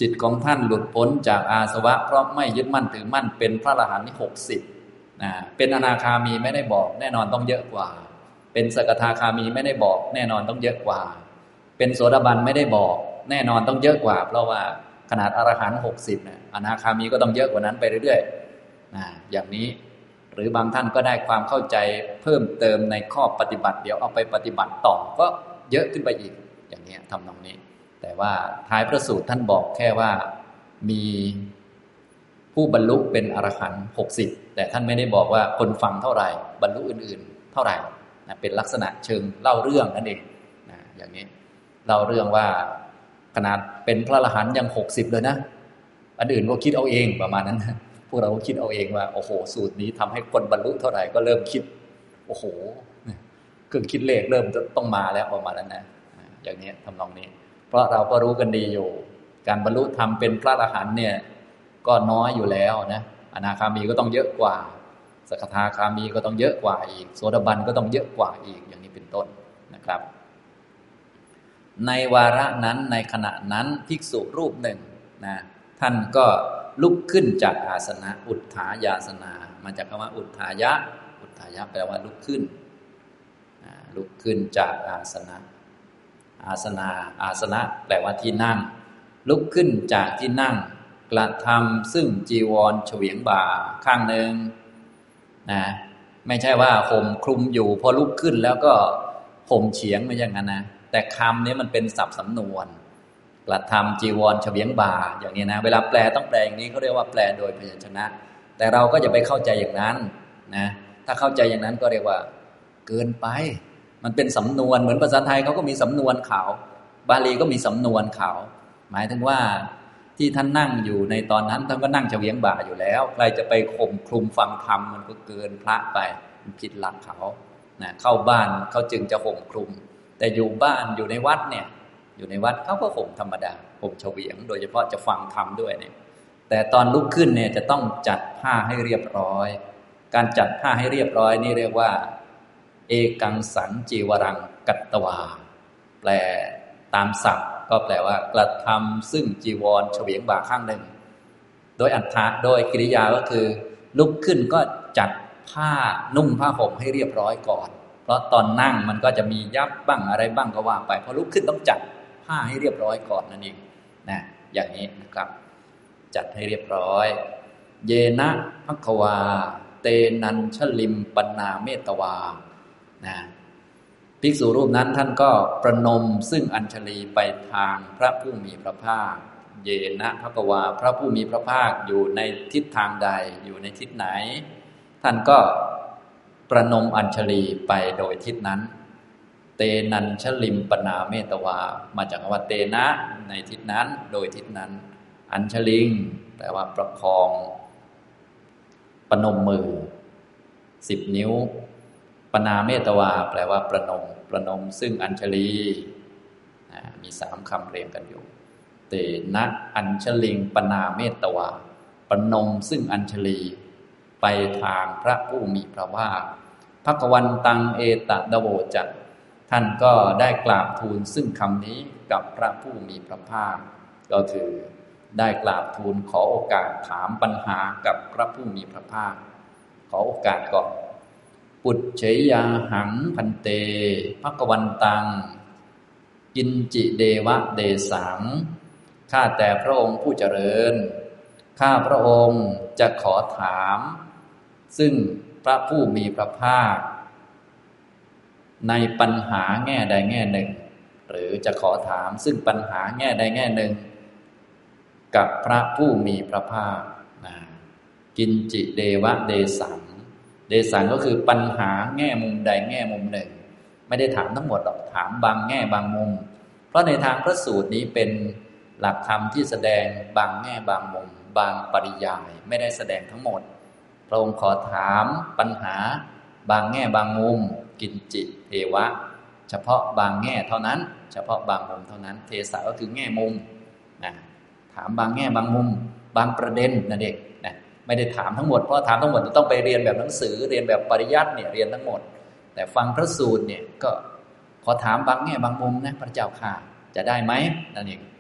จิตของท่านหลุดพ้นจากอาสวะเพราะไม่ยึดมั่นถือมั่นเป็นพระอรหันต์นี่หกสิบนะเป็นอนาคามีไม่ได้บอกแน่นอนต้องเยอะกว่าเป็นสกทาคามีไม่ได้บอกแน่นอนต้องเยอะกว่าเป็นโสดาบันไม่ได้บอกแน่นอนต้องเยอะกว่าเพราะว่าขนาดอรหันต์หกสิบเนี่ยอนาคามีก็ต้องเยอะกว่านั้นไปเรื่อยๆนะอย่างนี้หรือบางท่านก็ได้ความเข้าใจเพิ่มเติมในข้อปฏิบัติเดี๋ยวเอาไปปฏิบัติต่อก็เยอะขึ้นไปอีกอย่างนี้ทำนองนี้แต่ว่าท้ายพระสูตรท่านบอกแค่ว่ามีผู้บรรลุเป็นอรหันต์หกสิบแต่ท่านไม่ได้บอกว่าคนฟังเท่าไหร่บรรลุอื่นๆเท่าไหร่นะเป็นลักษณะเชิงเล่าเรื่องนั่นเองนะอย่างนี้เล่าเรื่องว่าขนาดเป็นพระอรหันต์ยังหกสิบเลยนะอันอื่นก็คิดเอาเองประมาณนั้นนะพวกเราก็คิดเอาเองว่าโอ้โหสูตรนี้ทำให้คนบรรลุเท่าไหร่ก็เริ่มคิดโอ้โหเครื่องคิดเลขเริ่มต้องมาแล้วประมาณนั้นนะอย่างนี้ทำนองนี้เพราะเราก็รู้กันดีอยู่การบรรลุธรรมเป็นพระอรหันต์เนี่ยก็น้อยอยู่แล้วนะอนาคามีก็ต้องเยอะกว่าสกทาคามีก็ต้องเยอะกว่าอีกโสดาบันก็ต้องเยอะกว่าอีกอย่างนี้เป็นต้นนะครับในวาระนั้นในขณะนั้นภิกษุรูปหนึ่งนะท่านก็ลุกขึ้นจากอาสนะอุทธายาสนามาจากคำว่าอุทธายะอุทธายะแปลว่าลุกขึ้นลุกขึ้นจากอาสนะอาสนาอาสนะแปลว่าที่นั่งลุกขึ้นจากที่นั่งกระทำซึ่งจีวรเฉวียงบ่าข้างหนึ่งนะไม่ใช่ว่าห่มคลุมอยู่พอลุกขึ้นแล้วก็ห่มเฉียงไม่ใช่งั้นนะแต่คำนี้มันเป็นศัพท์สำนวนกระทำจีวรเฉวียงบ่าอย่างนี้นะเวลาแปลต้องแปลอย่างนี้เขาเรียกว่าแปลโดยพยัญชนะแต่เราก็อย่าไปเข้าใจอย่างนั้นนะถ้าเข้าใจอย่างนั้นก็เรียกว่าเกินไปมันเป็นสำนวนเหมือนภาษาไทยเขาก็มีสำนวนเขาบาลีก็มีสำนวนเขาหมายถึงว่าที่ท่านนั่งอยู่ในตอนนั้นท่านก็นั่งเฉวียงบ่าอยู่แล้วใครจะไปข่มคลุมฟังธรรมมันก็เกินพระไปมันผิดหลักเขานะเข้าบ้านเขาจึงจะข่มคลุมแต่อยู่บ้านอยู่ในวัดเนี่ยอยู่ในวัดเขาก็ข่มธรรมดาข่มเฉวียงโดยเฉพาะจะฟังธรรมด้วยเนี่ยแต่ตอนลุกขึ้นเนี่ยจะต้องจัดผ้าให้เรียบร้อยการจัดผ้าให้เรียบร้อยนี่เรียกว่าเอกังสังจีวรังกัตตวาแปลตามศัพท์ก็แปลว่ากระทำซึ่งจีวรเฉวียงบ่าข้างหนึ่งโดยอัตถะโดยกริยาก็คือลุกขึ้นก็จัดผ้านุ่งผ้าห่มให้เรียบร้อยก่อนเพราะตอนนั่งมันก็จะมียับบ้างอะไรบ้างก็ว่าไปพอลุกขึ้นต้องจัดผ้าให้เรียบร้อยก่อนนั่นเองนะอย่างนี้นะครับจัดให้เรียบร้อยเยนะภัคววาเตนัญชลิมปนาเมตวานะภิกษุรูปนั้นท่านก็ประนมซึ่งอัญชลีไปทางพระผู้มีพระภาคเยนะภัคววาพระผู้มีพระภาคอยู่ในทิศทางใดอยู่ในทิศไหนท่านก็ประนมอัญชลีไปโดยทิศนั้นเตนัญชลิมปนาเมตวามาจากคำว่าเตนะในทิศนั้นโดยทิศนั้นอัญชลิงแปลว่าประคองประนมมือสิบนิ้วปนาเมตวาแปลว่าประนมประนมซึ่งอัญชลีมีสามคำเรียงกันอยู่เตนะอัญชลิงปนาเมตวาประนมซึ่งอัญชลีไปทางพระผู้มีพระภาคภักวันตังเอตดโวจักท่านก็ได้กราบทูลซึ่งคำนี้กับพระผู้มีพระภาคก็คือได้กราบทูลขอโอกาสถามปัญหากับพระผู้มีพระภาคขอโอกาสก่อนปุจเฉยาหังพันเตภักวันตังกินจิเดวะเดสังข้าแต่พระองค์ผู้เจริญข้าพระองค์จะขอถามซึ่งพระผู้มีพระภาคในปัญหาแง่ใดแง่หนึ่งหรือจะขอถามซึ่งปัญหาแง่ใดแง่หนึ่งกับพระผู้มีพระภาคนะกินจิเดวะเดสังเดสังก็คือปัญหาแง่มุมใดแง่มุมหนึ่งไม่ได้ถามทั้งหมดหรอกถามบางแง่บางมุมเพราะในทางพระสูตรนี้เป็นหลักธรรมที่แสดงบางแง่บางมุมบางปริยายไม่ได้แสดงทั้งหมดพระองค์ขอถามปัญหาบางแง่บางมุมกินจิเทวะเฉพาะบางแง่เท่านั้นเฉพาะบางมุมเท่านั้นเทสะก็คือแง่มุมนะถามบางแง่บางมุมบางประเด็นนะเด็กนะไม่ได้ถามทั้งหมดเพราะถามทั้งหมดจะต้องไปเรียนแบบหนังสือเรียนแบบปริยัติเนี่ยเรียนทั้งหมดแต่ฟังพระสูตรเนี่ยก็ขอถามบางแง่บางมุมนะพระเจ้าค่ะจะได้ไหมนั่นเอง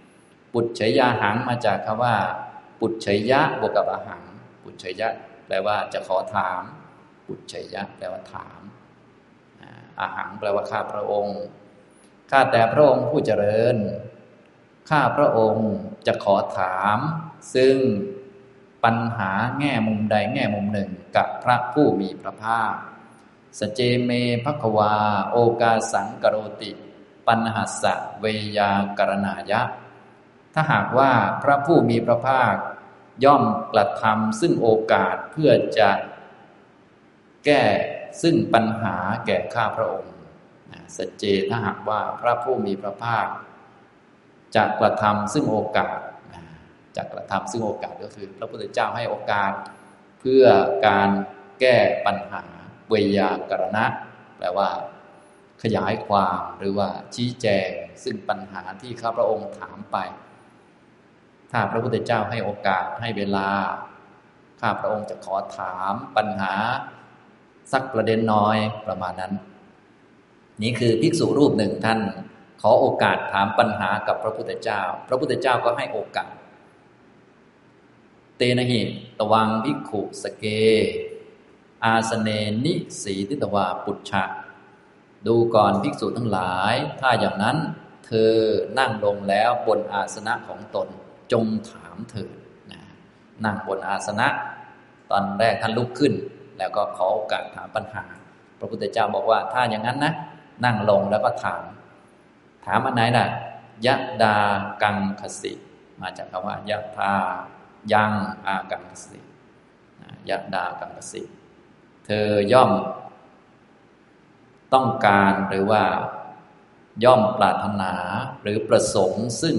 ปุจฉยาหังมาจากคำว่าปุจฉยะบวกกับอาหังปุจฉยะแปลว่าจะขอถามปุจฉยะแปลว่าถามอาหังแปลว่าข้าพระองค์ข้าแต่พระองค์ผู้เจริญข้าพระองค์จะขอถามซึ่งปัญหาแง่มุมใดแง่มุมหนึ่งกับพระผู้มีพระภาคสเจเมภควาโอกาสังกโรติปัญหัสสะเวยากรณายะถ้าหากว่าพระผู้มีพระภาคย่อมกระทำซึ่งโอกาสเพื่อจะแก้ซึ่งปัญหาแก่ข้าพระองค์สเจถ้าหากว่าพระผู้มีพระภาคจะกระทำซึ่งโอกาสจะกระทำซึ่งโอกาสก็คือพระพุทธเจ้าให้โอกาสเพื่อการแก้ปัญหาเวยากรณะแปลว่าขยายความหรือว่าชี้แจงซึ่งปัญหาที่ข้าพระองค์ถามไปถ้าพระพุทธเจ้าให้โอกาสให้เวลาข้าพระองค์จะขอถามปัญหาสักประเด็นน้อยประมาณนั้นนี่คือภิกษุรูปหนึ่งท่านขอโอกาสถามปัญหากับพระพุทธเจ้าพระพุทธเจ้าก็ให้โอกาสเตนะหิตวังภิกขุสเกอาสเนนิสีทิตวาปุจฉะดูก่อนภิกษุทั้งหลายถ้าอย่างนั้นเธอนั่งลงแล้วบนอาสนะของตนจงถามเถิดนะนั่งบนอาสนะตอนแรกท่านลุกขึ้นแล้วก็ขอโอกาสถามปัญหาพระพุทธเจ้าบอกว่าถ้าอย่างนั้นนะนั่งลงแล้วก็ถามถามอันไหนล่ะยะดากังคสิมาจากคำว่ายะทายังอากังคสิยะดากังคสิเธอย่อมต้องการหรือว่าย่อมปรารถนาหรือประสงค์ซึ่ง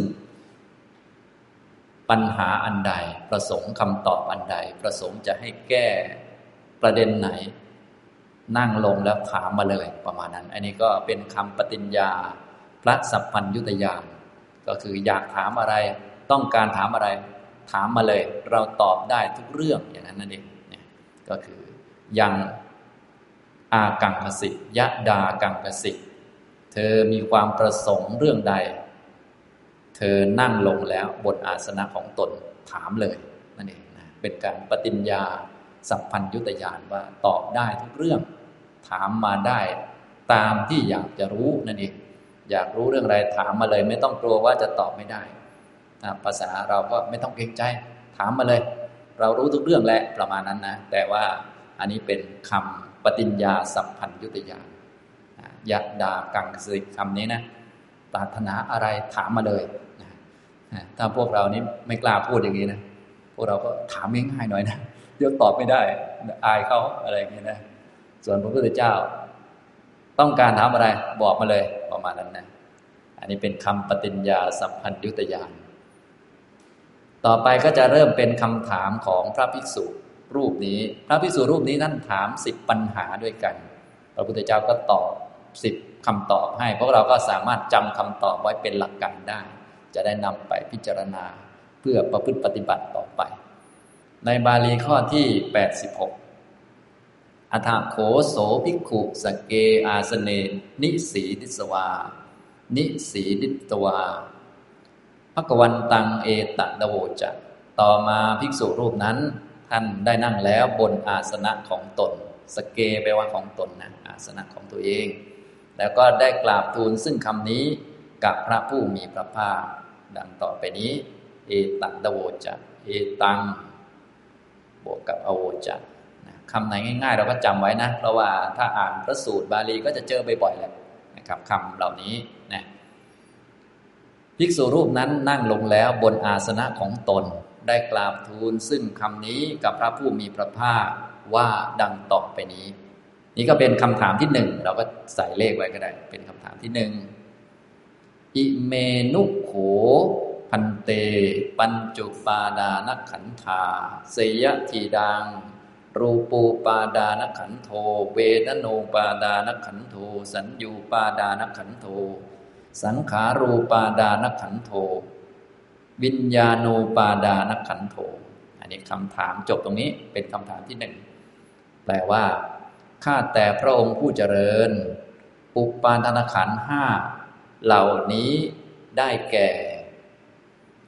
ปัญหาอันใดประสงค์คำตอบอันใดประสงค์จะให้แก้ประเด็นไหนนั่งลงแล้วถามมาเลยประมาณนั้นอันนี้ก็เป็นคำปฏิญญาพระสัพพัญญุตญาณก็คืออยากถามอะไรต้องการถามอะไรถามมาเลยเราตอบได้ทุกเรื่องอย่างนั้นนั่นเองเนี่ยก็คือยังอากังคสิยะดากังคสิเธอมีความประสงค์เรื่องใดเธอนั่งลงแล้วบนอาสนะของตนถามเลยนั่นเองนะเป็นการปฏิญญาสัพพัญญุตญาณว่าตอบได้ทุกเรื่องถามมาได้ตามที่อยากจะรู้นั่นเองอยากรู้เรื่องอะไรถามมาเลยไม่ต้องกลัวว่าจะตอบไม่ได้ภาษาเราก็ไม่ต้องเกรงใจถามมาเลยเรารู้ทุกเรื่องแหละประมาณนั้นนะแต่ว่าอันนี้เป็นคำปฏิญญาสัพพัญญุตญาณยะดากังคสิคำนี้นะปรารถนาอะไรถามมาเลยถ้าพวกเรานี้ไม่กล้าพูดอย่างนี้นะพวกเราก็ถามง่ายๆหน่อยนะเดี๋ยวตอบไม่ได้อายเขาอะไรอย่างนี้นะส่วนพระพุทธเจ้าต้องการถามอะไรบอกมาเลยประมาณนั้นนะอันนี้เป็นคำปฏิญญาสัพพัญญุตญาณต่อไปก็จะเริ่มเป็นคำถามของพระภิกษุรูปนี้พระภิกษุรูปนี้ท่านถามสิบปัญหาด้วยกันพระพุทธเจ้าก็ตอบสิบคำตอบให้พวกเราก็สามารถจำคำตอบไว้เป็นหลักการได้จะได้นำไปพิจารณาเพื่อประพฤติปฏิบัติต่อไปในบาลีข้อที่แปดสิบหกอัฏฐโขโสภิกขุสเกอาสเนนิสีดิสวานิสีดิตวาภควันตังเอตตะโวจะต่อมาภิกษุรูปนั้นท่านได้นั่งแล้วบนอาสนะของตนสเกแปลว่าของตนนะอาสนะของตัวเองแล้วก็ได้กราบทูลซึ่งคำนี้กับพระผู้มีพระภาคดังต่อไปนี้เอตตะโวจะเอตังบวกกับอโวจะคำไหนง่ายๆเราก็จำไว้นะเพราะว่าถ้าอ่านพระสูตรบาลีก็จะเจอบ่อยๆแหละนะครับคำเหล่านี้นะภิกษุรูปนั้นนั่งลงแล้วบนอาสนะของตนได้กราบทูลซึ่งคำนี้กับพระผู้มีพระภาคว่าดังต่อไปนี้นี่ก็เป็นคำถามที่หนึ่งเราก็ใส่เลขไว้ก็ได้เป็นคำถามที่หนึ่งอิเมนุโขพันเตปัญจุปาดานขันธาเสยทีดังรูปูปาดานขันโธเวทโนปาดานขันโธสัญญูปาดานขันโธสังขารูปาดานขันโธวิญญาณูปาดานขันโธอันนี้คำถามจบตรงนี้เป็นคำถามที่หนึ่งแปลว่าข้าแต่พระองค์ผู้เจริญอุปาทานขันธ์ห้าเหล่านี้ได้แก่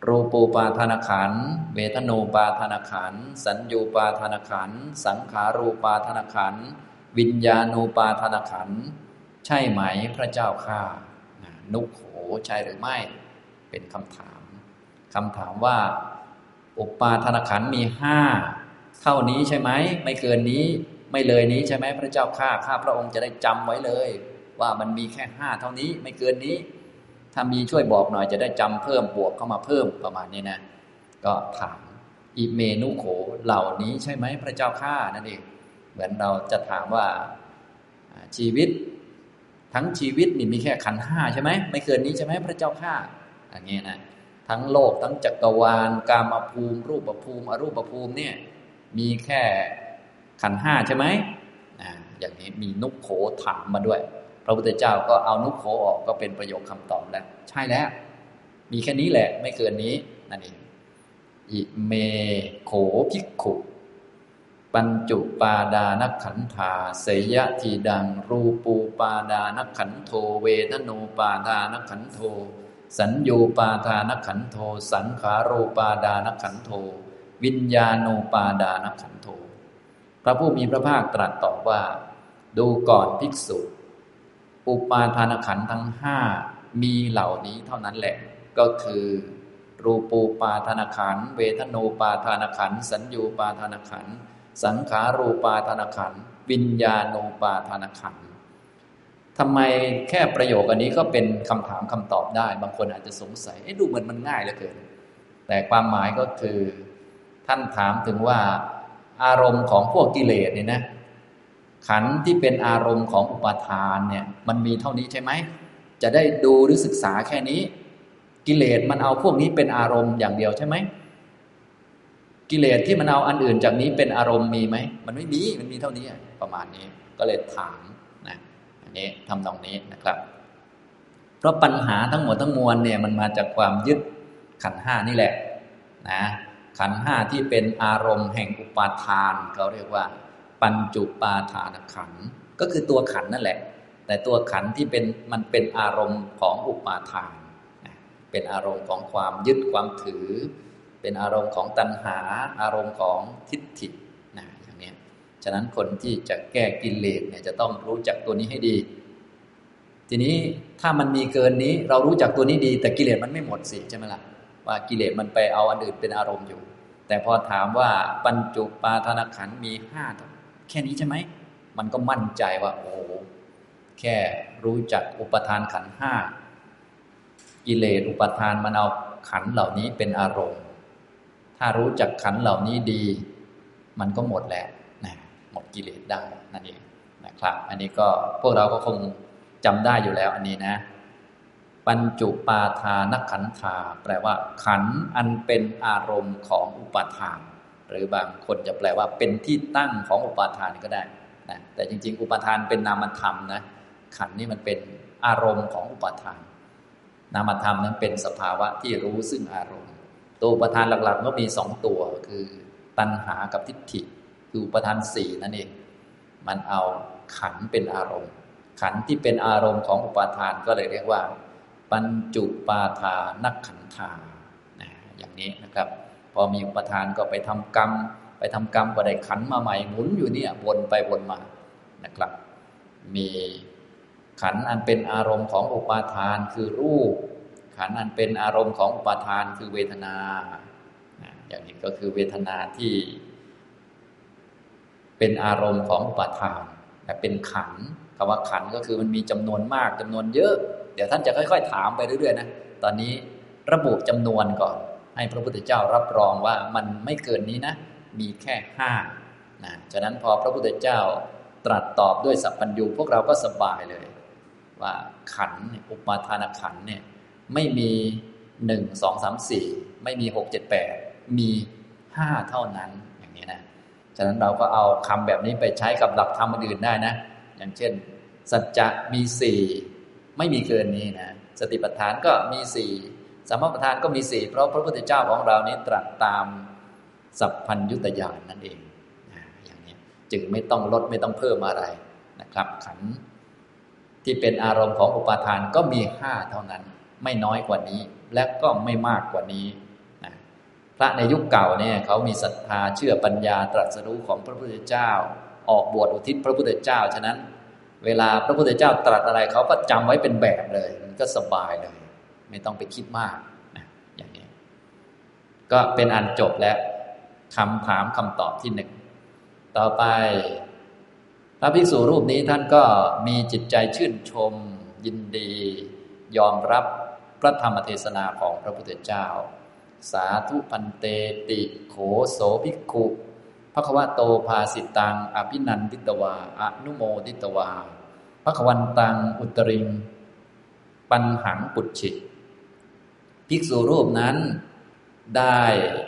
รูปูปาทานขันธ์เวทนูปาทานขันธ์สัญญูปาทานขันธ์สังขารูปาทานขันธ์วิญญาณูปาทานขันธ์ใช่ไหมพระเจ้าข้านุโขใช่หรือไม่เป็นคำถามคำถามว่าอุปาทานขันธ์มีห้าเท่านี้ใช่ไหมไม่เกินนี้ไม่เลยนี้ใช่ไหมพระเจ้าข้าข้าพระองค์จะได้จำไว้เลยว่ามันมีแค่ห้าเท่านี้ไม่เกินนี้ถ้ามีช่วยบอกหน่อยจะได้จำเพิ่มบวกเข้ามาเพิ่มประมาณนี้นะก็ถามอิเมนุโขเหล่านี้ใช่ไหมพระเจ้าข้านั่นเองเหมือนเราจะถามว่าชีวิตทั้งชีวิตนี่มีแค่ขันธ์ห้าใช่ไหมไม่เกินนี้ใช่ไหมพระเจ้าข้าอย่างนี้นะทั้งโลกทั้งจักรวาลกามภูมิรูปภูมิอรูปภูมิเนี่ยมีแค่ขันธ์ห้าใช่ไหมอ่าอย่างนี้มีนุโขถามมาด้วยพระพุทธเจ้าก็เอานุโขออกก็เป็นประโยคคำตอบแล้วใช่แล้วมีแค่นี้แหละไม่เกินนี้นั่นเองอิเมโขภิกขุปัญจุปาดานขันธาเสยทีดังรูปูปาดานขันโทเวทนูปาดานขันโทสัญญูปาทานขันโทสังขารูปาดานขันโทวิญญาณูปาดานขันโทพระผู้มีพระภาคตรัสตอบว่าดูก่อนภิกษุอุปาทานขันธ์ทั้งห้ามีเหล่านี้เท่านั้นแหละก็คือรูปูปาทานขันธ์เวทนูปาทานขันธ์สัญญูปาทานขันธ์สังขารูปาทานขันธ์วิญญาณูปาทานขันธ์ทำไมแค่ประโยคอันนี้ก็เป็นคำถามคำตอบได้บางคนอาจจะสงสัยเอ๊ะดูเหมือนมันง่ายเหลือเกินแต่ความหมายก็คือท่านถามถึงว่าอารมณ์ของพวกกิเลสเนี่ยนะขันธ์ที่เป็นอารมณ์ของอุปาทานเนี่ยมันมีเท่านี้ใช่ไหมจะได้ดูหรือศึกษาแค่นี้กิเลสมันเอาพวกนี้เป็นอารมณ์อย่างเดียวใช่ไหมกิเลสที่มันเอาอันอื่นจากนี้เป็นอารมณ์มีไหมมันไม่มีมันมีเท่านี้ประมาณนี้ก็เลยถามนะอันนี้ทำตรงนี้นะครับเพราะปัญหาทั้งหมดทั้งมวลเนี่ยมันมาจากความยึดขันธ์ห้านี่แหละนะขันธ์ห้าที่เป็นอารมณ์แห่งอุปาทานเขาเรียกว่าปัญจุปาทานขันธ์ก็คือตัวขันธ์นั่นแหละแต่ตัวขันธ์ที่เป็นมันเป็นอารมณ์ของอุปาทานนะเป็นอารมณ์ของความยึดความถือเป็นอารมณ์ของตัณหาอารมณ์ของทิฏฐินะอย่างนี้ฉะนั้นคนที่จะแก้กิเลสเนี่ยจะต้องรู้จักตัวนี้ให้ดีทีนี้ถ้ามันมีเกินนี้เรารู้จักตัวนี้ดีแต่กิเลสมันไม่หมดสิใช่ไหมล่ะว่ากิเลสมันไปเอาอันอื่นเป็นอารมณ์อยู่แต่พอถามว่าปัญจุปาทานขันธ์มีห้าแค่นี้ใช่ไหมมันก็มั่นใจว่าโอ้แค่รู้จักอุปทานขันธ์ห้ากิเลสอุปทานมันเอาขันธ์เหล่านี้เป็นอารมณ์ถ้ารู้จักขันธ์เหล่านี้ดีมันก็หมดแล้วนะหมดกิเลสได้นั่นเองนะครับอันนี้ก็พวกเราก็คงจำได้อยู่แล้วอันนี้นะปัญจุปาทานขันธาแปลว่าขันธ์อันเป็นอารมณ์ของอุปาทานหรือบางคนจะแปลว่าเป็นที่ตั้งของอุปาทานก็ได้นะแต่จริงๆอุปาทานเป็นนามธรรมนะขันธ์นี่มันเป็นอารมณ์ของอุปาทานนามธรรมนั้นเป็นสภาวะที่รู้ซึ่งอารมณ์ตัวอุปาทานหลักๆก็มีสองตัวคือตัณหากับทิฏฐิคืออุปาทานสี่นั่นเองมันเอาขันธ์เป็นอารมณ์ขันธ์ที่เป็นอารมณ์ของอุปาทานก็เลยเรียกว่าปัญจุปาทานขันธานะอย่างนี้นะครับพอมีอุปทานก็ไปทำกรรมไปทำกรรมก็ได้ขันธ์มาใหม่หมุนอยู่เนี่ยวนไปวนมานะครับมีขันธ์อันเป็นอารมณ์ของอุปาทานคือรูปขันธ์อันเป็นอารมณ์ของอุปาทานคือเวทนานะอย่างนี้ก็คือเวทนาที่เป็นอารมณ์ของอุปาทานแต่เป็นขันธ์คำว่าขันธ์ก็คือมันมีจำนวนมากจำนวนเยอะเดี๋ยวท่านจะค่อยๆถามไปเรื่อยๆนะตอนนี้ระบุจำนวนก่อนให้พระพุทธเจ้ารับรองว่ามันไม่เกินนี้นะมีแค่ห้านะฉะนั้นพอพระพุทธเจ้าตรัสตอบด้วยสัพพัญญูพวกเราก็สบายเลยว่าขันธ์อุปาทานขันธ์เนี่ยไม่มีหนึ่งสองสามสี่ไม่มีหกเจ็ดแปดมีห้าเท่านั้นอย่างนี้นะฉะนั้นเราก็เอาคำแบบนี้ไปใช้กับหลักธรรมอื่นได้นะอย่างเช่นสัจจะมีสี่ไม่มีเกินนี้นะสติปัฏฐานก็มีสี่สัมมาปัฏฐานก็มีสี่เพราะพระพุทธเจ้าของเรานี้ตรัสตามสัพพัญญุตญาณนั่นเองนะอย่างนี้จึงไม่ต้องลดไม่ต้องเพิ่มอะไรนะครับขันธ์ที่เป็นอารมณ์ของอุปาทานก็มีห้าเท่านั้นไม่น้อยกว่านี้และก็ไม่มากกว่านี้พระในยุคเก่าเนี่ยเขามีศรัทธาเชื่อปัญญาตรัสรู้ของพระพุทธเจ้าออกบวชอุทิศพระพุทธเจ้าฉะนั้นเวลาพระพุทธเจ้าตรัสอะไรเขาก็จำไว้เป็นแบบเลยมันก็สบายเลยไม่ต้องไปคิดมากนะอย่างนี้ก็เป็นอันจบแล้วคำถามคำตอบที่หนึ่งต่อไปพระภิกษุรูปนี้ท่านก็มีจิตใจชื่นชมยินดียอมรับพระธรรมเทศนาของพระพุทธเจ้าสาธุพันเตติโขโสภิกขุภควโตภาสิตังอภินันทิตวาอนุโมทิตวาภควันตังอุตริงปัญหังปุจฉิภิกษุรูปนั้นได้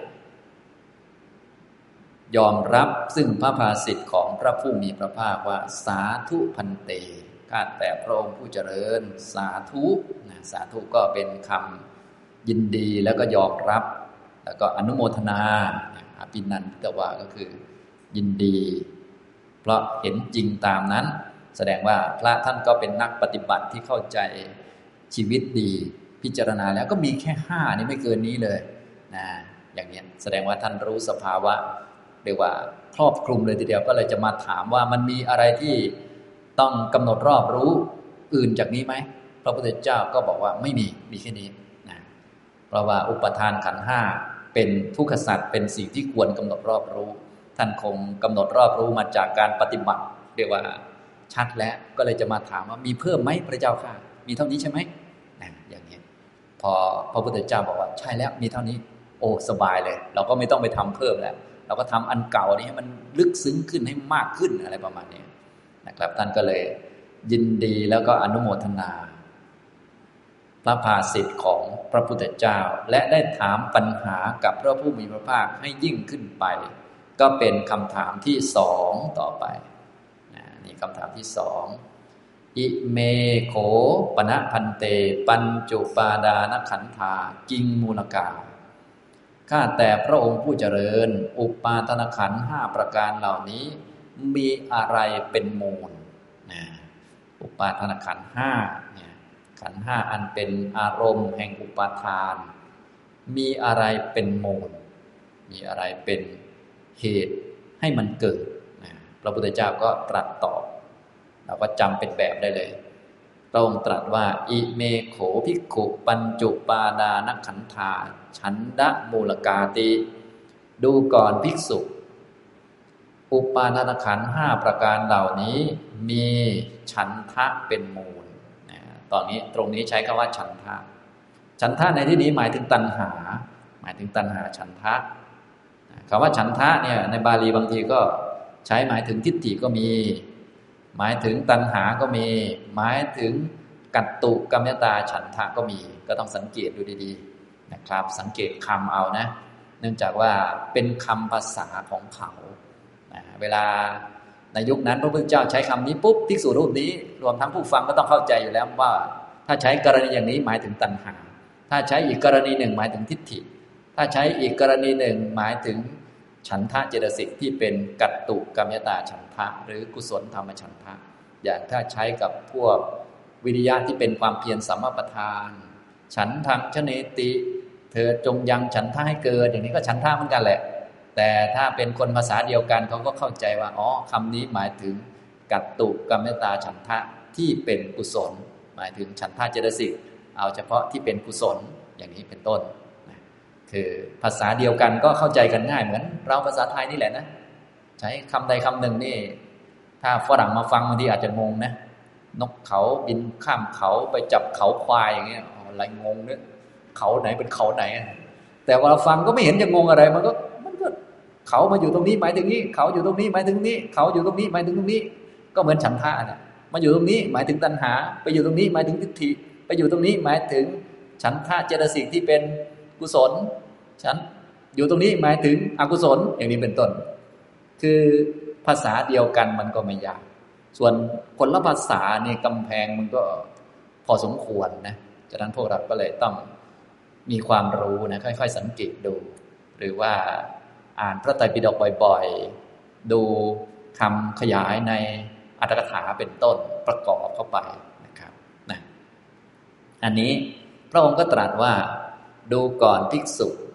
ยอมรับซึ่งพระภาสิทธิ์ของพระผู้มีพระภาคว่าสาธุพันเตข้าแต่พระองค์ผู้เจริญสาธุนะสาธุก็เป็นคำยินดีแล้วก็ยอมรับแล้วก็อนุโมทนาอภินันทิตวาก็คือยินดีเพราะเห็นจริงตามนั้นแสดงว่าพระท่านก็เป็นนักปฏิบัติที่เข้าใจชีวิตดีพิจารณาแล้วก็มีแค่ห้านี่ไม่เกินนี้เลยนะอย่างนี้แสดงว่าท่านรู้สภาวะเรียกว่าครอบคลุมเลยทีเดียวก็เลยจะมาถามว่ามันมีอะไรที่ต้องกำหนดรอบรู้อื่นจากนี้ไหมพระพุทธเจ้าก็บอกว่าไม่มีมีแค่นี้นะเพราะว่าอุปทานขันธ์ห้าเป็นทุกขสัจเป็นสิ่งที่ควรกำหนดรอบรู้ท่านคงกำหนดรอบรู้มาจากการปฏิบัติเรียกว่าชัดแล้วก็เลยจะมาถามว่ามีเพิ่มไหมพระเจ้าค่ะมีเท่านี้ใช่ไหมนะอย่างนี้พอพระพุทธเจ้าบอกว่าใช่แล้วมีเท่านี้โอ้สบายเลยเราก็ไม่ต้องไปทำเพิ่มแล้วเราก็ทำอันเก่านี้ให้มันลึกซึ้งขึ้นให้มากขึ้นอะไรประมาณนี้นะครับท่านก็เลยยินดีแล้วก็อนุโมทนาพระภาสิทธิ์ของพระพุทธเจ้าและได้ถามปัญหากับพระผู้มีพระภาคให้ยิ่งขึ้นไปก็เป็นคำถามที่สองต่อไปนี่คำถามที่สองอิเมโขปนะพันเตปัญจุปาดานขันธากิงมูลกาข้าแต่พระองค์ผู้เจริญอุปาทานขันธ์ห้าประการเหล่านี้มีอะไรเป็นมูลนะอุปาทานขันธ์ห้าเนี่ยขันธ์ห้าอันเป็นอารมณ์แห่งอุปาทานมีอะไรเป็นมูลมีอะไรเป็นเหตุให้มันเกิดนะพระพุทธเจ้าก็ตรัสตอบเราก็จำเป็นแบบได้เลยพระองค์ตรัสว่าอิเมโขภิกขุปัญจุปาดานขันธาฉันดะมูลกาติดูก่อนภิกษุอุปาทานขันธ์ห้าประการเหล่านี้มีฉันทะเป็นมูลนะตอนนี้ตรงนี้ใช้คำว่าฉันทะฉันทะในที่นี้หมายถึงตัณหาหมายถึงตัณหาฉันทะคำว่าฉันทะเนี่ยในบาลีบางทีก็ใช้หมายถึงทิฏฐิก็มีหมายถึงตัณหาก็มีหมายถึงกัตตุกัมมตาฉันทะก็มีก็ต้องสังเกตดูดีๆนะครับสังเกตคำเอานะเนื่องจากว่าเป็นคำภาษาของเขานะเวลาในยุคนั้นพระพุทธเจ้าใช้คำนี้ปุ๊บภิกษุรูปนี้รวมทั้งผู้ฟังก็ต้องเข้าใจอยู่แล้วว่าถ้าใช้กรณีอย่างนี้หมายถึงตัณหาถ้าใช้อีกกรณีหนึ่งหมายถึงทิฏฐิถ้าใช้อีกกรณีหนึ่งหมายถึงฉันทะเจตสิกที่เป็นกัตตุกัมมตาฉันทะหรือกุศลธรรมฉันทะอย่างถ้าใช้กับพวกวิริยะที่เป็นความเพียรสัมมาประธานฉันทังชเนติเธอจงยังฉันทะให้เกิดอย่างนี้ก็ฉันทะเหมือนกันแหละแต่ถ้าเป็นคนภาษาเดียวกันเขาก็เข้าใจว่าอ๋อคำนี้หมายถึงกัตตุกัมมตาฉันทะที่เป็นกุศลหมายถึงฉันทะเจตสิกเอาเฉพาะที่เป็นกุศลอย่างนี้เป็นต้นคือภาษาเดียวกันก็เข้าใจกันง่ายเหมือนเราภาษาไทยนี่แหละนะใช้คำใดคำหนึ่งนี่ถ้าฝรั่งมาฟังบางทีอาจจะงงนะนกเขาบินข้ามเขาไปจับเขาควายอย่างเงี้ยอะไรงงเนี่ยเขาไหนเป็นเขาไหนแต่ว่าเราฟังก็ไม่เห็นจะงงอะไรมันก็มันก็เขามาอยู่ตรงนี้หมายถึงนี้เขาอยู่ตรงนี้หมายถึงนี้เขาอยู่ตรงนี้หมายถึงตรงนี้ก็เหมือนฉันทะเนี่ยมาอยู่ตรงนี้หมายถึงตัณหาไปอยู่ตรงนี้หมายถึงทิฏฐิไปอยู่ตรงนี้หมายถึงฉันทะเจตสิกที่เป็นกุศลฉันอยู่ตรงนี้หมายถึงอกุศลอย่างนี้เป็นต้นคือภาษาเดียวกันมันก็ไม่ยากส่วนคนละภาษาเนี่ยกำแพงมันก็พอสมควรนะฉะนั้นพวกเราก็เลยต้องมีความรู้นะค่อยๆสังเกตดูหรือว่าอ่านพระไตรปิฎกบ่อยๆดูคำขยายในอรรถกถาเป็นต้นประกอบเข้าไปนะครับนะอันนี้พระองค์ก็ตรัสว่าดูก่อนภิกษุ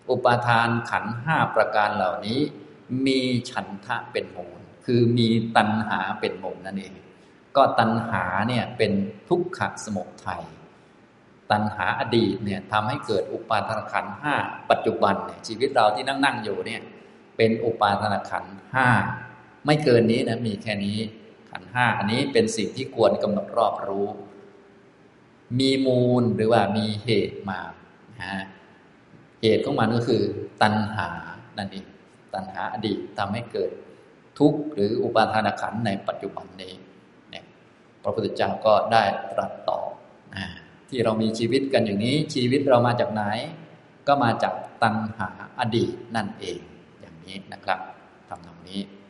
อุปาทานขันธ์ห้าประการเหล่านี้มีฉันทะเป็นมูลคือมีตัณหาเป็นมูลนั่นเองก็ตัณหาเนี่ยเป็นทุกขสมุทัยตัณหาอดีตเนี่ยทำให้เกิดอุปาทานขันธ์ห้าปัจจุบันเนี่ยชีวิตเราที่นั่งๆอยู่เนี่ยเป็นอุปาทานขันธ์ห้าไม่เกินนี้นะมีแค่นี้ขันธ์ห้าอันนี้เป็นสิ่งที่ควรกำหนดรอบรู้มีมูลหรือว่ามีเหตุมานะเหตุของมันก็คือตัณหานั่นเองตัณหาอดีตทำให้เกิดทุกข์หรืออุปาทานขันธ์ในปัจจุบันนี้เนี่ยพระพุทธเจ้าก็ได้ตรัสตอบนะที่เรามีชีวิตกันอย่างนี้ชีวิตเรามาจากไหนก็มาจากตัณหาอดีตนั่นเองอย่างนี้นะครับทำตรงนี้